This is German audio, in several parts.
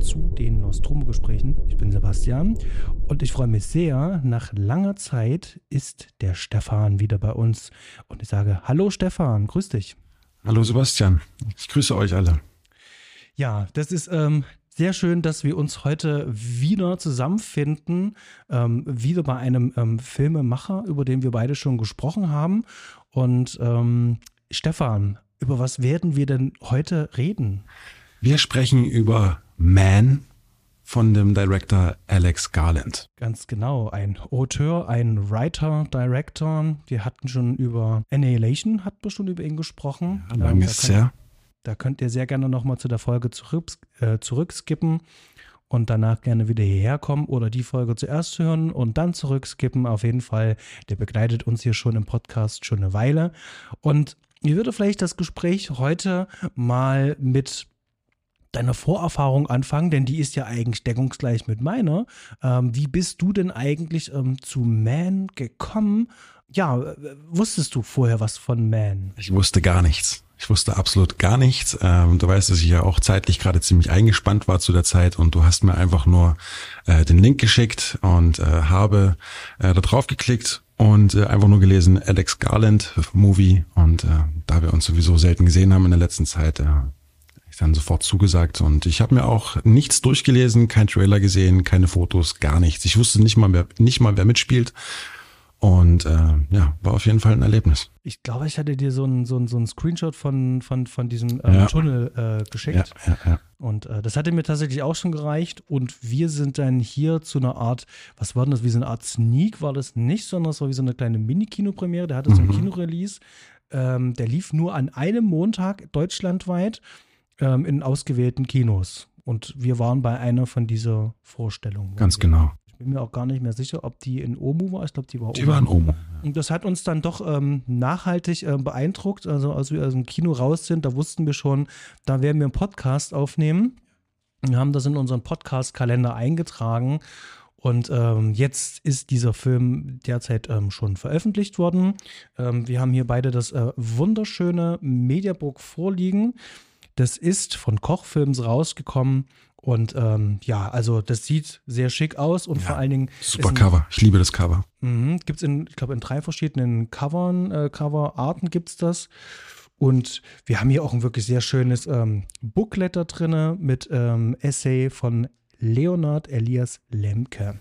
zu den Nostromo-Gesprächen. Ich bin Sebastian und ich freue mich sehr, nach langer Zeit ist der Stefan wieder bei uns. Und ich sage, hallo Stefan, grüß dich. Hallo Sebastian, ich grüße euch alle. Ja, das ist sehr schön, dass wir uns heute wieder zusammenfinden, wieder bei einem Filmemacher, über den wir beide schon gesprochen haben. Und Stefan, über was werden wir denn heute reden? Wir sprechen über Man von dem Director Alex Garland. Ganz genau, ein Auteur, ein Writer, Director. Wir hatten schon über Annihilation, hatten wir schon über ihn gesprochen. Ja, lange ist es her. Da könnt ihr sehr gerne nochmal zu der Folge zurückskippen und danach gerne wieder hierher kommen oder die Folge zuerst hören und dann zurückskippen. Auf jeden Fall, der begleitet uns hier schon im Podcast schon eine Weile. Und ich würde vielleicht das Gespräch heute mal mit deiner Vorerfahrung anfangen, denn die ist ja eigentlich deckungsgleich mit meiner. Wie bist du denn eigentlich zu Man gekommen? Ja, wusstest du vorher was von Man? Ich wusste gar nichts. Ich wusste absolut gar nichts. Du weißt, dass ich ja auch zeitlich gerade ziemlich eingespannt war zu der Zeit und du hast mir einfach nur den Link geschickt und habe da drauf geklickt und einfach nur gelesen, Alex Garland Movie, und da wir uns sowieso selten gesehen haben in der letzten Zeit, ich dann sofort zugesagt, und ich habe mir auch nichts durchgelesen, kein Trailer gesehen, keine Fotos, gar nichts. Ich wusste nicht mal, wer mitspielt. Und war auf jeden Fall ein Erlebnis. Ich glaube, ich hatte dir so ein Screenshot von diesem Tunnel geschickt. Ja. Und das hatte mir tatsächlich auch schon gereicht. Und wir sind dann hier zu einer Art, was war denn das, wie so eine Art Sneak war das nicht, sondern es war wie so eine kleine Mini-Kinopremiere. Der hatte so ein Kinorelease. Der lief nur an einem Montag deutschlandweit in ausgewählten Kinos. Und wir waren bei einer von dieser Vorstellungen. Ganz genau. Ich bin mir auch gar nicht mehr sicher, ob die in Omu war. Ich glaube, die war in Omu. Und das hat uns dann doch nachhaltig beeindruckt. Also als wir aus dem Kino raus sind, da wussten wir schon, da werden wir einen Podcast aufnehmen. Wir haben das in unseren Podcast-Kalender eingetragen. Und jetzt ist dieser Film derzeit schon veröffentlicht worden. Wir haben hier beide das wunderschöne Mediabook vorliegen. Das ist von Koch-Films rausgekommen. Und also das sieht sehr schick aus und vor allen Dingen super Cover. Ich liebe das Cover. Gibt es ich glaube in 3 verschiedenen Coverarten gibt es das. Und wir haben hier auch ein wirklich sehr schönes Booklet da drin mit Essay von Leonard Elias Lemke.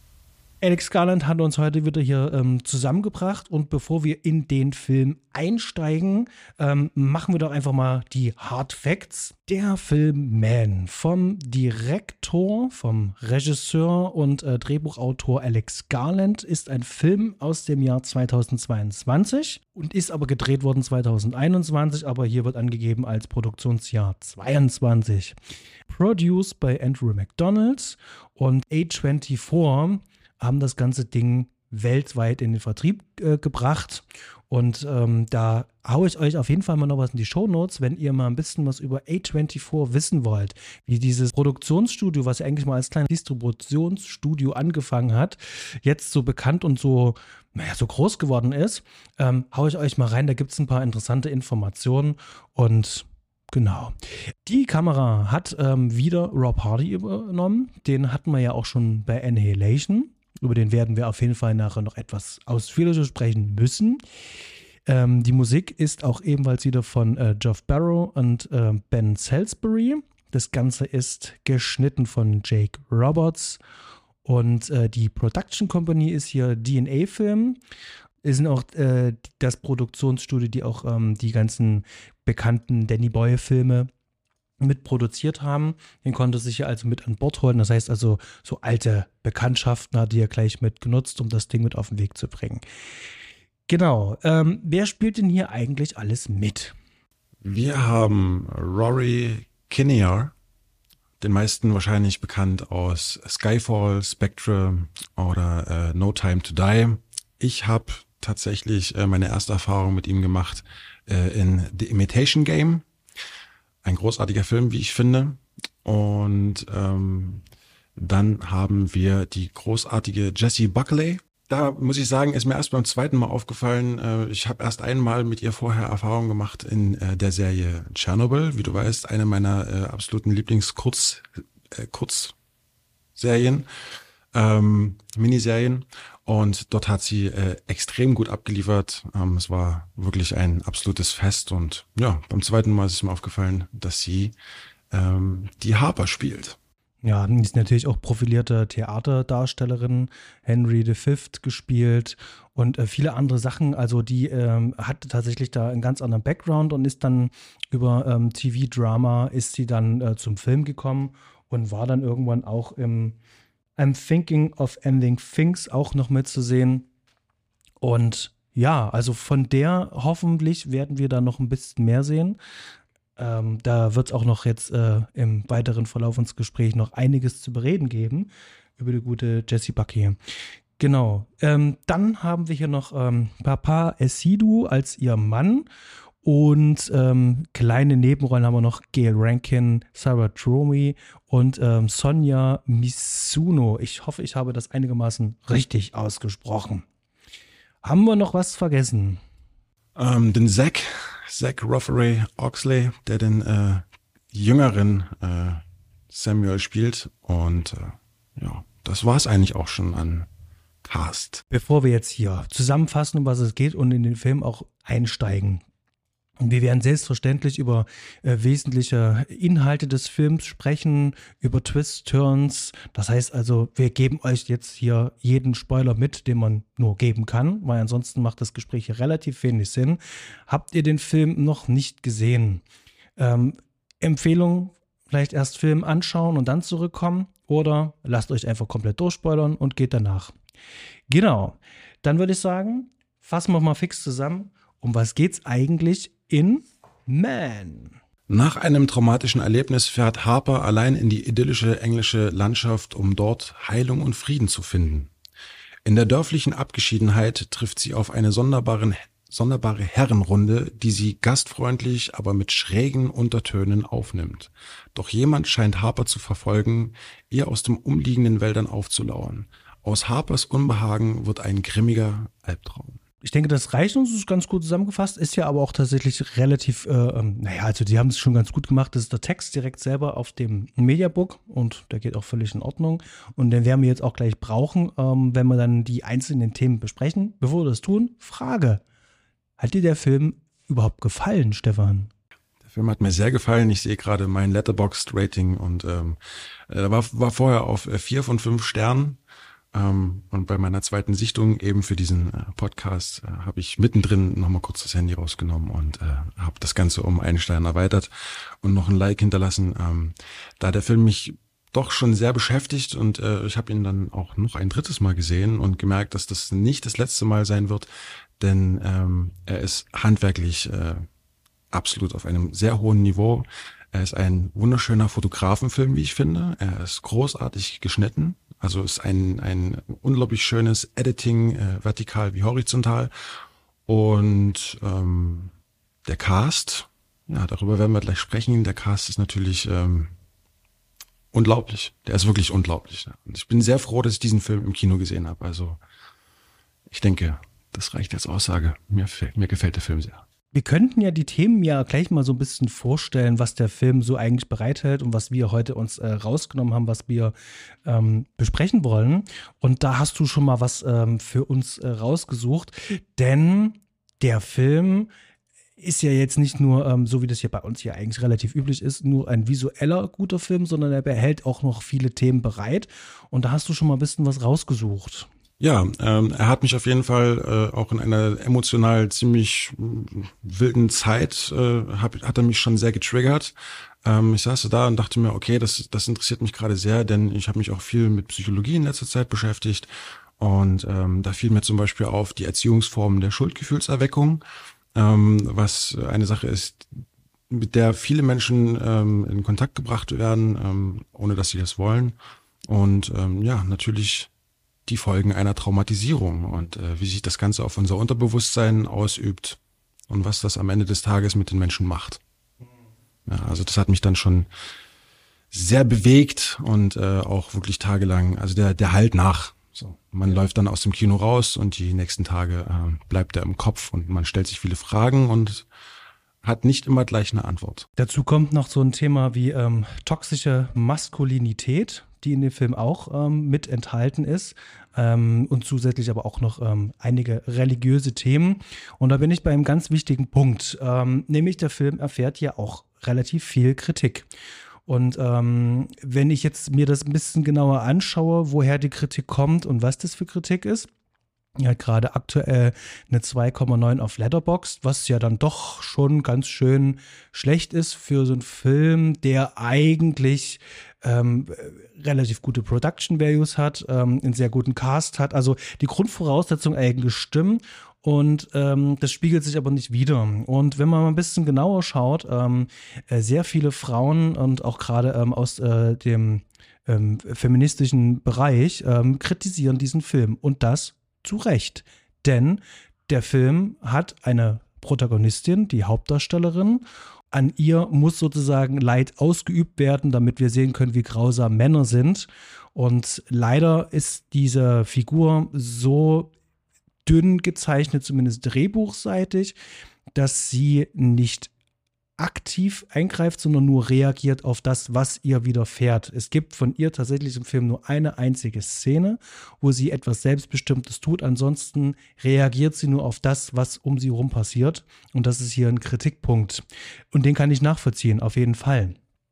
Alex Garland hat uns heute wieder hier zusammengebracht, und bevor wir in den Film einsteigen, machen wir doch einfach mal die Hard Facts. Der Film Man vom Direktor, vom Regisseur und Drehbuchautor Alex Garland ist ein Film aus dem Jahr 2022 und ist aber gedreht worden 2021, aber hier wird angegeben als Produktionsjahr 22. Produced by Andrew McDonald und A24 haben das ganze Ding weltweit in den Vertrieb gebracht. Und da haue ich euch auf jeden Fall mal noch was in die Shownotes, wenn ihr mal ein bisschen was über A24 wissen wollt. Wie dieses Produktionsstudio, was ja eigentlich mal als kleines Distributionsstudio angefangen hat, jetzt so bekannt und so groß geworden ist, haue ich euch mal rein. Da gibt es ein paar interessante Informationen und genau. Die Kamera hat wieder Rob Hardy übernommen. Den hatten wir ja auch schon bei Annihilation. Über den werden wir auf jeden Fall nachher noch etwas ausführlicher sprechen müssen. Die Musik ist auch ebenfalls wieder von Geoff Barrow und Ben Salisbury. Das Ganze ist geschnitten von Jake Roberts. Und die Production Company ist hier DNA Film. Es sind auch das Produktionsstudio, die auch die ganzen bekannten Danny Boyle-Filme mitproduziert haben. Den konnte sich ja also mit an Bord holen. Das heißt also, so alte Bekanntschaften hat er gleich mit genutzt, um das Ding mit auf den Weg zu bringen. Genau. Wer spielt denn hier eigentlich alles mit? Wir haben Rory Kinnear, den meisten wahrscheinlich bekannt aus Skyfall, Spectre oder No Time to Die. Ich habe tatsächlich meine erste Erfahrung mit ihm gemacht in The Imitation Game. Ein großartiger Film, wie ich finde. Und dann haben wir die großartige Jessie Buckley. Da muss ich sagen, ist mir erst beim zweiten Mal aufgefallen, ich habe erst einmal mit ihr vorher Erfahrung gemacht in der Serie Chernobyl. Wie du weißt, eine meiner absoluten Lieblingskurzserien Kurzserien, Miniserien. Und dort hat sie extrem gut abgeliefert. Es war wirklich ein absolutes Fest. Und ja, beim zweiten Mal ist es mir aufgefallen, dass sie die Harper spielt. Ja, die ist natürlich auch profilierte Theaterdarstellerin, Henry V. gespielt und viele andere Sachen. Also die hat tatsächlich da einen ganz anderen Background und ist dann über TV-Drama ist sie dann zum Film gekommen und war dann irgendwann auch im I'm Thinking of Ending Things auch noch mitzusehen. Und ja, also von der hoffentlich werden wir da noch ein bisschen mehr sehen. Da wird es auch noch jetzt im weiteren Verlauf unseres Gesprächs noch einiges zu bereden geben über die gute Jessie Buckley. Genau. Dann haben wir hier noch Papa Essidou als ihr Mann und kleine Nebenrollen haben wir noch Gail Rankin, Sarah Dromey und Sonja Misuno. Ich hoffe, ich habe das einigermaßen richtig ausgesprochen. Haben wir noch was vergessen? Den Zach Roffery Oxley, der den jüngeren Samuel spielt. Und ja, das war es eigentlich auch schon an Cast. Bevor wir jetzt hier zusammenfassen, um was es geht und in den Film auch einsteigen. Und wir werden selbstverständlich über wesentliche Inhalte des Films sprechen, über Twists, Turns. Das heißt also, wir geben euch jetzt hier jeden Spoiler mit, den man nur geben kann, weil ansonsten macht das Gespräch hier relativ wenig Sinn. Habt ihr den Film noch nicht gesehen? Empfehlung, vielleicht erst Film anschauen und dann zurückkommen oder lasst euch einfach komplett durchspoilern und geht danach. Genau, dann würde ich sagen, fassen wir mal fix zusammen. Um was geht's eigentlich in Man? Nach einem traumatischen Erlebnis fährt Harper allein in die idyllische englische Landschaft, um dort Heilung und Frieden zu finden. In der dörflichen Abgeschiedenheit trifft sie auf eine sonderbare Herrenrunde, die sie gastfreundlich, aber mit schrägen Untertönen aufnimmt. Doch jemand scheint Harper zu verfolgen, ihr aus den umliegenden Wäldern aufzulauern. Aus Harpers Unbehagen wird ein grimmiger Albtraum. Ich denke, das reicht uns, das ist ganz gut zusammengefasst, ist ja aber auch tatsächlich relativ, also die haben es schon ganz gut gemacht, das ist der Text direkt selber auf dem Mediabook und der geht auch völlig in Ordnung und den werden wir jetzt auch gleich brauchen, wenn wir dann die einzelnen Themen besprechen. Bevor wir das tun, Frage, hat dir der Film überhaupt gefallen, Stefan? Der Film hat mir sehr gefallen, ich sehe gerade mein Letterboxd-Rating und war vorher auf 4 von 5 Sternen. Und bei meiner zweiten Sichtung eben für diesen Podcast habe ich mittendrin nochmal kurz das Handy rausgenommen und habe das Ganze um 1 Stern erweitert und noch ein Like hinterlassen, da der Film mich doch schon sehr beschäftigt und ich habe ihn dann auch noch ein drittes Mal gesehen und gemerkt, dass das nicht das letzte Mal sein wird, denn er ist handwerklich absolut auf einem sehr hohen Niveau. Er ist ein wunderschöner Fotografenfilm, wie ich finde. Er ist großartig geschnitten. Also ist ein unglaublich schönes Editing, vertikal wie horizontal. Und der Cast, ja, darüber werden wir gleich sprechen. Der Cast ist natürlich unglaublich. Der ist wirklich unglaublich. Und ich bin sehr froh, dass ich diesen Film im Kino gesehen habe. Also ich denke, das reicht als Aussage. Mir gefällt der Film sehr. Wir könnten ja die Themen ja gleich mal so ein bisschen vorstellen, was der Film so eigentlich bereithält und was wir heute uns rausgenommen haben, was wir besprechen wollen. Und da hast du schon mal was für uns rausgesucht, denn der Film ist ja jetzt nicht nur, so wie das hier bei uns hier eigentlich relativ üblich ist, nur ein visueller guter Film, sondern er behält auch noch viele Themen bereit. Und da hast du schon mal ein bisschen was rausgesucht. Ja, er hat mich auf jeden Fall auch in einer emotional ziemlich wilden Zeit, hat er mich schon sehr getriggert. Ich saß da und dachte mir, okay, das interessiert mich gerade sehr, denn ich habe mich auch viel mit Psychologie in letzter Zeit beschäftigt. Und da fiel mir zum Beispiel auf die Erziehungsform der Schuldgefühlserweckung, was eine Sache ist, mit der viele Menschen in Kontakt gebracht werden, ohne dass sie das wollen. Und ja, natürlich die Folgen einer Traumatisierung und wie sich das Ganze auf unser Unterbewusstsein ausübt und was das am Ende des Tages mit den Menschen macht. Ja, also das hat mich dann schon sehr bewegt und auch wirklich tagelang, also der Halt nach. So, man läuft dann aus dem Kino raus und die nächsten Tage bleibt er im Kopf und man stellt sich viele Fragen und hat nicht immer gleich eine Antwort. Dazu kommt noch so ein Thema wie toxische Maskulinität, die in dem Film auch mit enthalten ist. Und zusätzlich aber auch noch einige religiöse Themen. Und da bin ich bei einem ganz wichtigen Punkt. Nämlich der Film erfährt ja auch relativ viel Kritik. Und wenn ich jetzt mir das ein bisschen genauer anschaue, woher die Kritik kommt und was das für Kritik ist, ja, gerade aktuell eine 2,9 auf Letterboxd, was ja dann doch schon ganz schön schlecht ist für so einen Film, der eigentlich relativ gute Production Values hat, einen sehr guten Cast hat. Also die Grundvoraussetzungen eigentlich stimmen. Und das spiegelt sich aber nicht wider. Und wenn man mal ein bisschen genauer schaut, sehr viele Frauen und auch gerade aus dem feministischen Bereich kritisieren diesen Film. Und das zu Recht. Denn der Film hat eine Protagonistin, die Hauptdarstellerin. An ihr muss sozusagen Leid ausgeübt werden, damit wir sehen können, wie grausam Männer sind. Und leider ist diese Figur so dünn gezeichnet, zumindest drehbuchseitig, dass sie nicht aktiv eingreift, sondern nur reagiert auf das, was ihr widerfährt. Es gibt von ihr tatsächlich im Film nur eine einzige Szene, wo sie etwas Selbstbestimmtes tut. Ansonsten reagiert sie nur auf das, was um sie herum passiert. Und das ist hier ein Kritikpunkt. Und den kann ich nachvollziehen, auf jeden Fall.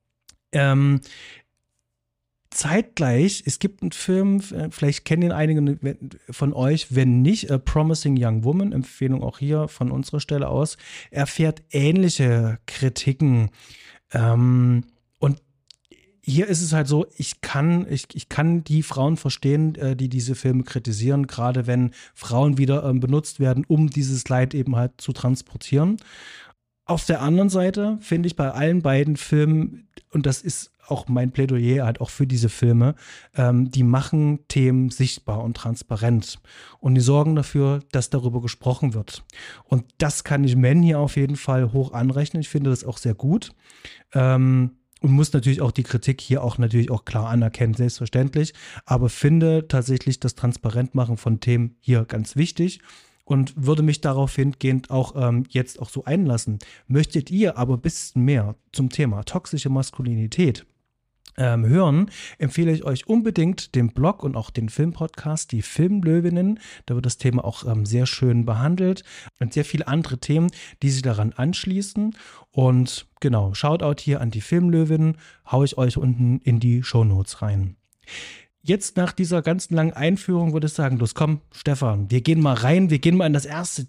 Zeitgleich, es gibt einen Film, vielleicht kennen ihn einige von euch, wenn nicht, A Promising Young Woman, Empfehlung auch hier von unserer Stelle aus, erfährt ähnliche Kritiken. Und hier ist es halt so, ich kann die Frauen verstehen, die diese Filme kritisieren, gerade wenn Frauen wieder benutzt werden, um dieses Leid eben halt zu transportieren. Auf der anderen Seite finde ich bei allen beiden Filmen, und das ist auch mein Plädoyer halt auch für diese Filme, die machen Themen sichtbar und transparent und die sorgen dafür, dass darüber gesprochen wird. Und das kann ich Men hier auf jeden Fall hoch anrechnen. Ich finde das auch sehr gut. Und muss natürlich auch die Kritik hier auch natürlich auch klar anerkennen, selbstverständlich, aber finde tatsächlich das Transparentmachen von Themen hier ganz wichtig. Und würde mich darauf hingehend auch jetzt auch so einlassen. Möchtet ihr aber ein bisschen mehr zum Thema toxische Maskulinität hören, empfehle ich euch unbedingt den Blog und auch den Filmpodcast Die Filmlöwinnen. Da wird das Thema auch sehr schön behandelt und sehr viele andere Themen, die sich daran anschließen. Und genau, Shoutout hier an die Filmlöwinnen, haue ich euch unten in die Shownotes rein. Jetzt nach dieser ganzen langen Einführung würde ich sagen, los komm, Stefan, wir gehen mal rein, wir gehen mal in das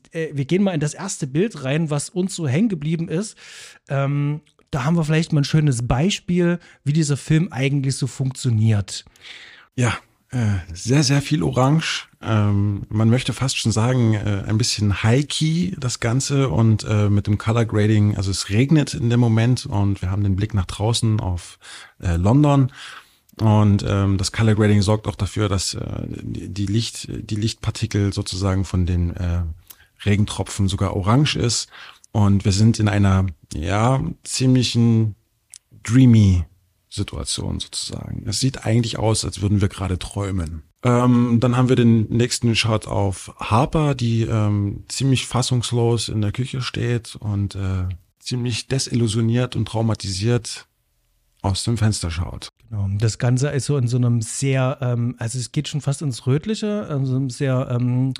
erste Bild rein, was uns so hängen geblieben ist. Da haben wir vielleicht mal ein schönes Beispiel, wie dieser Film eigentlich so funktioniert. Ja, sehr, sehr viel Orange. Man möchte fast schon sagen, ein bisschen high-key das Ganze und mit dem Color Grading, also es regnet in dem Moment und wir haben den Blick nach draußen auf London. Und das Color Grading sorgt auch dafür, dass die Lichtpartikel sozusagen von den Regentropfen sogar orange ist. Und wir sind in einer ziemlichen dreamy Situation sozusagen. Es sieht eigentlich aus, als würden wir gerade träumen. Dann haben wir den nächsten Shot auf Harper, die ziemlich fassungslos in der Küche steht und ziemlich desillusioniert und traumatisiert aus dem Fenster schaut. Genau. Das Ganze ist so in so einem sehr, also es geht schon fast ins Rötliche, so einem sehr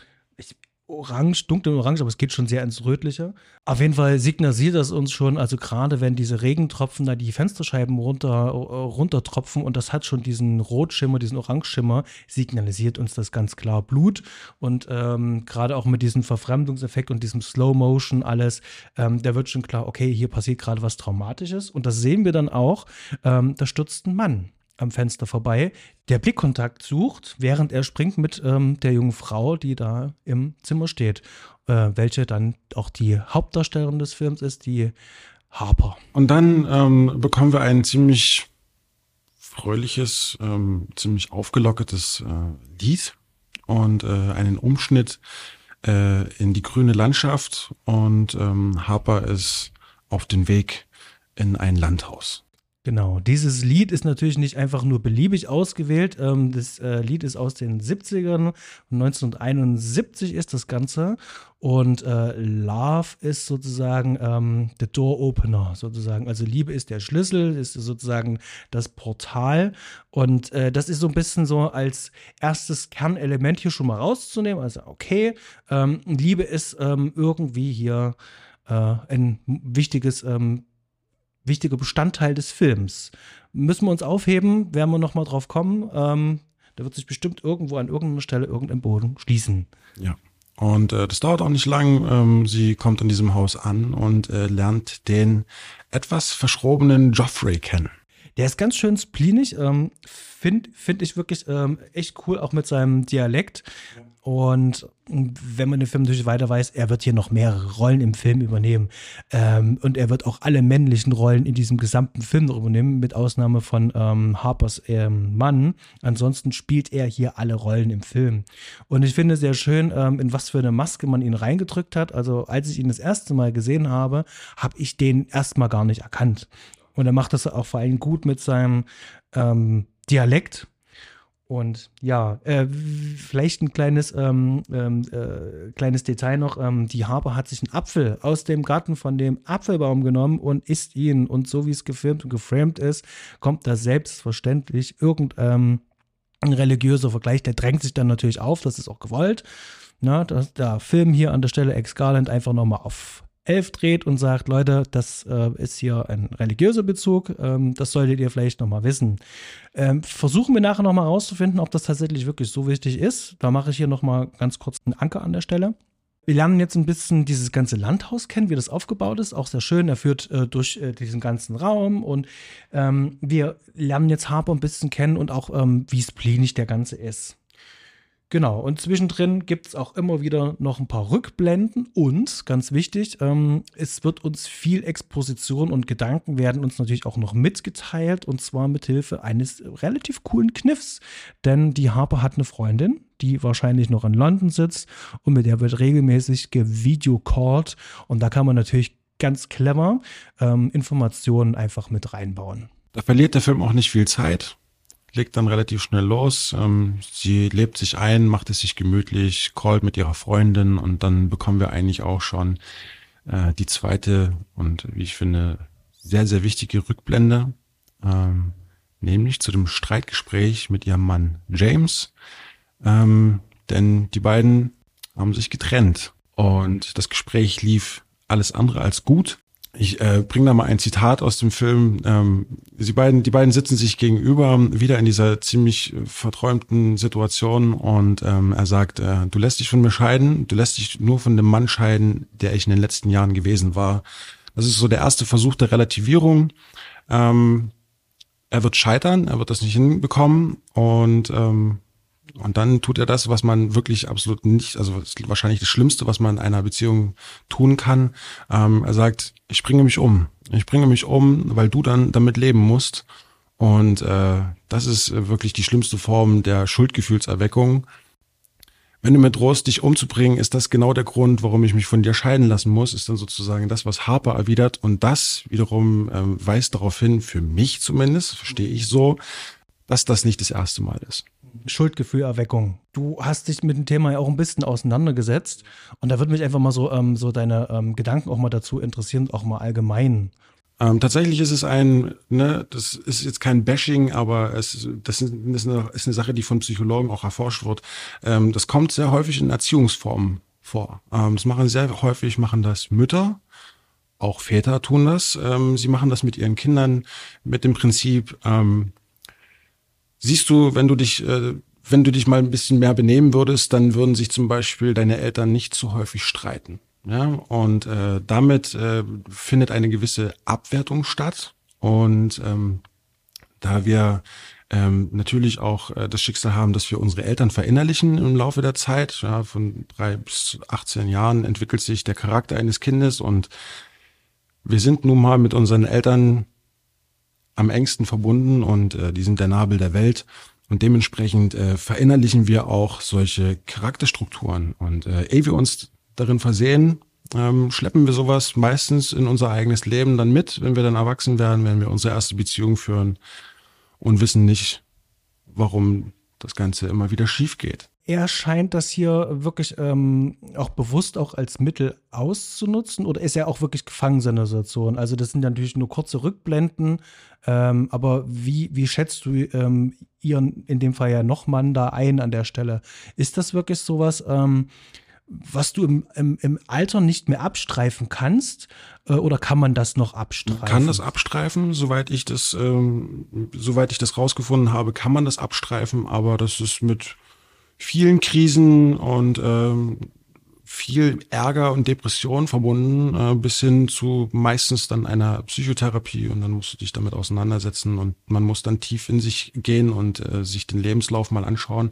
orange, dunklen Orange, aber es geht schon sehr ins Rötliche. Auf jeden Fall signalisiert das uns schon, also gerade wenn diese Regentropfen da die Fensterscheiben runtertropfen und das hat schon diesen Rotschimmer, diesen Orangeschimmer, signalisiert uns das ganz klar Blut und gerade auch mit diesem Verfremdungseffekt und diesem Slow Motion alles, da wird schon klar, okay, hier passiert gerade was Traumatisches und das sehen wir dann auch, da stürzt ein Mann am Fenster vorbei, der Blickkontakt sucht, während er springt mit der jungen Frau, die da im Zimmer steht, welche dann auch die Hauptdarstellerin des Films ist, die Harper. Und dann bekommen wir ein ziemlich fröhliches, ziemlich aufgelockertes Lied und einen Umschnitt in die grüne Landschaft und Harper ist auf dem Weg in ein Landhaus. Genau, dieses Lied ist natürlich nicht einfach nur beliebig ausgewählt. Das Lied ist aus den 70ern, 1971 ist das Ganze. Und Love ist sozusagen the Door Opener, sozusagen. Also Liebe ist der Schlüssel, ist sozusagen das Portal. Und das ist so ein bisschen so als erstes Kernelement hier schon mal rauszunehmen. Also okay, Liebe ist irgendwie hier ein wichtiger Bestandteil des Films. Müssen wir uns aufheben, werden wir noch mal drauf kommen. Da wird sich bestimmt irgendwo an irgendeiner Stelle irgendein Boden schließen. Ja. Und das dauert auch nicht lang. Sie kommt in diesem Haus an und lernt den etwas verschrobenen Joffrey kennen. Der ist ganz schön spleenig, find ich wirklich echt cool, auch mit seinem Dialekt. Und wenn man den Film natürlich weiter weiß, er wird hier noch mehrere Rollen im Film übernehmen. Und er wird auch alle männlichen Rollen in diesem gesamten Film noch übernehmen, mit Ausnahme von Harpers Mann. Ansonsten spielt er hier alle Rollen im Film. Und ich finde sehr schön, in was für eine Maske man ihn reingedrückt hat. Also als ich ihn das erste Mal gesehen habe, habe ich den erstmal gar nicht erkannt. Und er macht das auch vor allem gut mit seinem Dialekt. Und ja, vielleicht ein kleines Detail noch. Die Harper hat sich einen Apfel aus dem Garten von dem Apfelbaum genommen und isst ihn. Und so wie es gefilmt und geframed ist, kommt da selbstverständlich irgendein religiöser Vergleich. Der drängt sich dann natürlich auf, das ist auch gewollt. Na, der Film hier an der Stelle Ex Garland einfach nochmal auf 11 dreht und sagt, Leute, das ist hier ein religiöser Bezug, das solltet ihr vielleicht nochmal wissen. Versuchen wir nachher nochmal rauszufinden, ob das tatsächlich wirklich so wichtig ist. Da mache ich hier nochmal ganz kurz einen Anker an der Stelle. Wir lernen jetzt ein bisschen dieses ganze Landhaus kennen, wie das aufgebaut ist, auch sehr schön. Er führt durch diesen ganzen Raum und wir lernen jetzt Harper ein bisschen kennen und auch, wie spleenig der Ganze ist. Genau, und zwischendrin gibt es auch immer wieder noch ein paar Rückblenden und, ganz wichtig, es wird uns viel Exposition und Gedanken werden uns natürlich auch noch mitgeteilt und zwar mit Hilfe eines relativ coolen Kniffs, denn die Harper hat eine Freundin, die wahrscheinlich noch in London sitzt und mit der wird regelmäßig gevideocallt und da kann man natürlich ganz clever Informationen einfach mit reinbauen. Da verliert der Film auch nicht viel Zeit. Legt dann relativ schnell los. Sie lebt sich ein, macht es sich gemütlich, callt mit ihrer Freundin und dann bekommen wir eigentlich auch schon die zweite und wie ich finde sehr, sehr wichtige Rückblende, nämlich zu dem Streitgespräch mit ihrem Mann James, denn die beiden haben sich getrennt und das Gespräch lief alles andere als gut. Ich bringe da mal ein Zitat aus dem Film. Die beiden sitzen sich gegenüber, wieder in dieser ziemlich verträumten Situation und er sagt, du lässt dich von mir scheiden, du lässt dich nur von dem Mann scheiden, der ich in den letzten Jahren gewesen war. Das ist so der erste Versuch der Relativierung. Er wird scheitern, er wird das nicht hinbekommen und dann tut er das, was man wirklich absolut nicht, also wahrscheinlich das Schlimmste, was man in einer Beziehung tun kann. Er sagt, ich bringe mich um, weil du dann damit leben musst. Und das ist wirklich die schlimmste Form der Schuldgefühlserweckung. Wenn du mir drohst, dich umzubringen, ist das genau der Grund, warum ich mich von dir scheiden lassen muss, ist dann sozusagen das, was Harper erwidert. Und das wiederum weist darauf hin, für mich zumindest, verstehe ich so, dass das nicht das erste Mal ist. Schuldgefühlerweckung. Du hast dich mit dem Thema ja auch ein bisschen auseinandergesetzt und da würde mich einfach mal so deine Gedanken auch mal dazu interessieren, auch mal allgemein. Tatsächlich ist es das ist jetzt kein Bashing, aber das ist eine Sache, die von Psychologen auch erforscht wird. Das kommt sehr häufig in Erziehungsformen vor. Machen das Mütter, auch Väter tun das. Sie machen das mit ihren Kindern mit dem Prinzip, siehst du, wenn du dich mal ein bisschen mehr benehmen würdest, dann würden sich zum Beispiel deine Eltern nicht so häufig streiten. Ja, und damit findet eine gewisse Abwertung statt. Und da wir natürlich auch das Schicksal haben, dass wir unsere Eltern verinnerlichen im Laufe der Zeit, ja, von 3 bis 18 Jahren entwickelt sich der Charakter eines Kindes und wir sind nun mal mit unseren Eltern am engsten verbunden und die sind der Nabel der Welt und dementsprechend verinnerlichen wir auch solche Charakterstrukturen und ehe wir uns darin versehen, schleppen wir sowas meistens in unser eigenes Leben dann mit, wenn wir dann erwachsen werden, wenn wir unsere erste Beziehung führen und wissen nicht, warum das Ganze immer wieder schief geht. Er scheint das hier wirklich auch bewusst auch als Mittel auszunutzen, oder ist er auch wirklich gefangen in seiner Situation? Also das sind ja natürlich nur kurze Rückblenden, aber wie schätzt du ihren, in dem Fall ja Nochmann, da ein an der Stelle? Ist das wirklich sowas, was du im Alter nicht mehr abstreifen kannst, oder kann man das noch abstreifen? Man kann das abstreifen, soweit ich das rausgefunden habe, kann man das abstreifen, aber das ist mit vielen Krisen und viel Ärger und Depression verbunden, bis hin zu meistens dann einer Psychotherapie, und dann musst du dich damit auseinandersetzen und man muss dann tief in sich gehen und sich den Lebenslauf mal anschauen.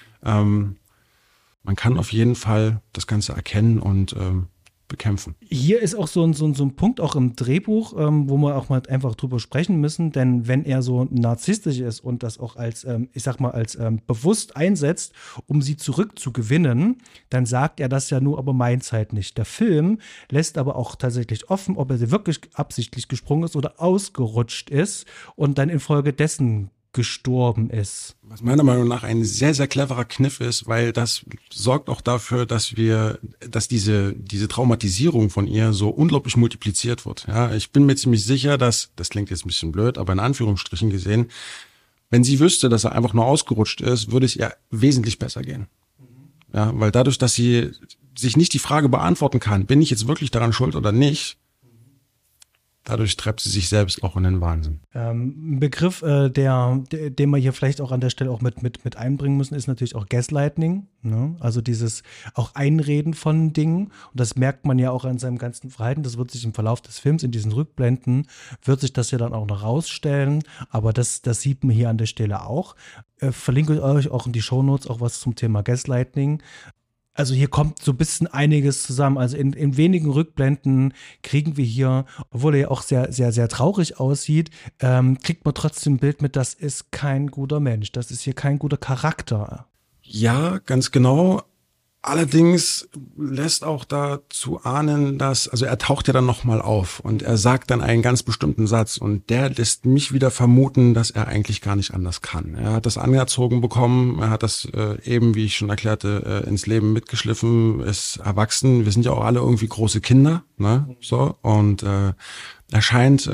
Man kann auf jeden Fall das Ganze erkennen und bekämpfen. Hier ist auch so ein Punkt auch im Drehbuch, wo wir auch mal einfach drüber sprechen müssen, denn wenn er so narzisstisch ist und das auch als, ich sag mal, als bewusst einsetzt, um sie zurückzugewinnen, dann sagt er das ja nur, aber meint's halt nicht. Der Film lässt aber auch tatsächlich offen, ob er sie wirklich absichtlich gesprungen ist oder ausgerutscht ist und dann infolgedessen gestorben ist. Was meiner Meinung nach ein sehr, sehr cleverer Kniff ist, weil das sorgt auch dafür, dass diese Traumatisierung von ihr so unglaublich multipliziert wird. Ja, ich bin mir ziemlich sicher, das klingt jetzt ein bisschen blöd, aber in Anführungsstrichen gesehen, wenn sie wüsste, dass er einfach nur ausgerutscht ist, würde es ihr wesentlich besser gehen. Ja, weil dadurch, dass sie sich nicht die Frage beantworten kann, bin ich jetzt wirklich daran schuld oder nicht, dadurch treibt sie sich selbst auch in den Wahnsinn. Ein Begriff, den wir hier vielleicht auch an der Stelle auch mit einbringen müssen, ist natürlich auch Gaslighting. Ne? Also dieses auch Einreden von Dingen. Und das merkt man ja auch an seinem ganzen Verhalten. Das wird sich im Verlauf des Films, in diesen Rückblenden, wird sich das ja dann auch noch rausstellen. Aber das sieht man hier an der Stelle auch. Verlinke euch auch in die Shownotes auch was zum Thema Gaslighting. Also hier kommt so ein bisschen einiges zusammen. Also in wenigen Rückblenden kriegen wir hier, obwohl er ja auch sehr, sehr, sehr traurig aussieht, kriegt man trotzdem ein Bild mit, das ist kein guter Mensch. Das ist hier kein guter Charakter. Ja, ganz genau. Allerdings lässt auch dazu ahnen, also er taucht ja dann nochmal auf und er sagt dann einen ganz bestimmten Satz und der lässt mich wieder vermuten, dass er eigentlich gar nicht anders kann. Er hat das anerzogen bekommen, er hat das eben, wie ich schon erklärte, ins Leben mitgeschliffen, ist erwachsen. Wir sind ja auch alle irgendwie große Kinder, ne? So, und er scheint,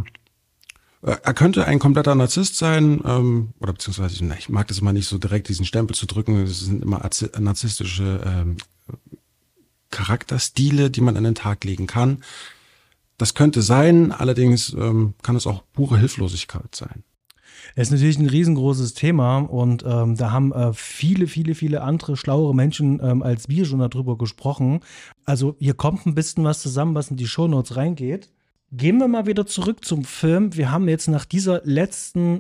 er könnte ein kompletter Narzisst sein, oder beziehungsweise, ich mag das immer nicht so direkt, diesen Stempel zu drücken. Das sind immer narzisstische Charakterstile, die man an den Tag legen kann. Das könnte sein, allerdings kann es auch pure Hilflosigkeit sein. Das ist natürlich ein riesengroßes Thema und da haben viele andere schlauere Menschen als wir schon darüber gesprochen. Also hier kommt ein bisschen was zusammen, was in die Shownotes reingeht. Gehen wir mal wieder zurück zum Film. Wir haben jetzt nach dieser letzten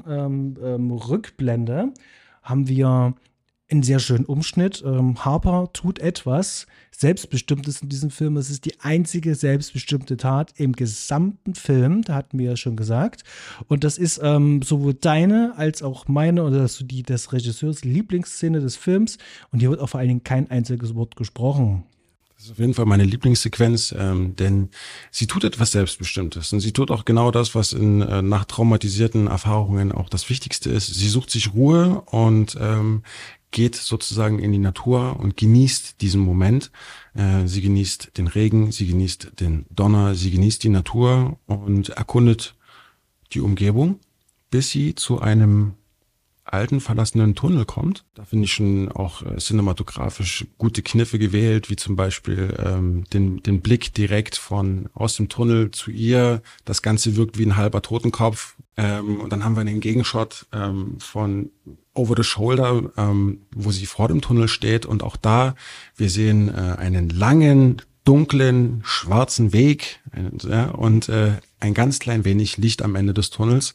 Rückblende haben wir einen sehr schönen Umschnitt. Harper tut etwas Selbstbestimmtes in diesem Film. Es ist die einzige selbstbestimmte Tat im gesamten Film. Da hatten wir ja schon gesagt. Und das ist sowohl deine als auch meine oder die des Regisseurs Lieblingsszene des Films. Und hier wird auch vor allen Dingen kein einziges Wort gesprochen. Das ist auf jeden Fall meine Lieblingssequenz, denn sie tut etwas Selbstbestimmtes und sie tut auch genau das, was nach traumatisierten Erfahrungen auch das Wichtigste ist. Sie sucht sich Ruhe und geht sozusagen in die Natur und genießt diesen Moment. Sie genießt den Regen, sie genießt den Donner, sie genießt die Natur und erkundet die Umgebung, bis sie zu einem alten, verlassenen Tunnel kommt. Da finde ich schon auch cinematografisch gute Kniffe gewählt, wie zum Beispiel den Blick direkt aus dem Tunnel zu ihr. Das Ganze wirkt wie ein halber Totenkopf. Und dann haben wir einen Gegenshot von Over the Shoulder, wo sie vor dem Tunnel steht. Und auch da, wir sehen einen langen, dunklen, schwarzen Weg und ein ganz klein wenig Licht am Ende des Tunnels.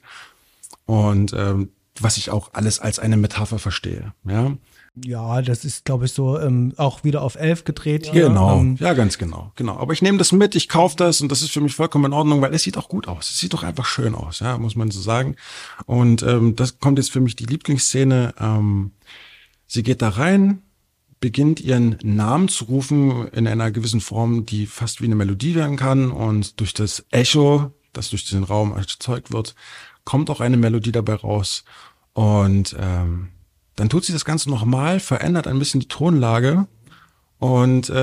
Und was ich auch alles als eine Metapher verstehe, ja. Ja, das ist, glaube ich, so auch wieder auf 11 gedreht hier. Genau, ja, ganz genau. Aber ich nehme das mit, ich kaufe das und das ist für mich vollkommen in Ordnung, weil es sieht auch gut aus. Es sieht doch einfach schön aus, ja, muss man so sagen. Und das kommt jetzt für mich die Lieblingsszene. Sie geht da rein, beginnt ihren Namen zu rufen in einer gewissen Form, die fast wie eine Melodie werden kann. Und durch das Echo, das durch den Raum erzeugt wird, kommt auch eine Melodie dabei raus. Und dann tut sie das Ganze nochmal, verändert ein bisschen die Tonlage und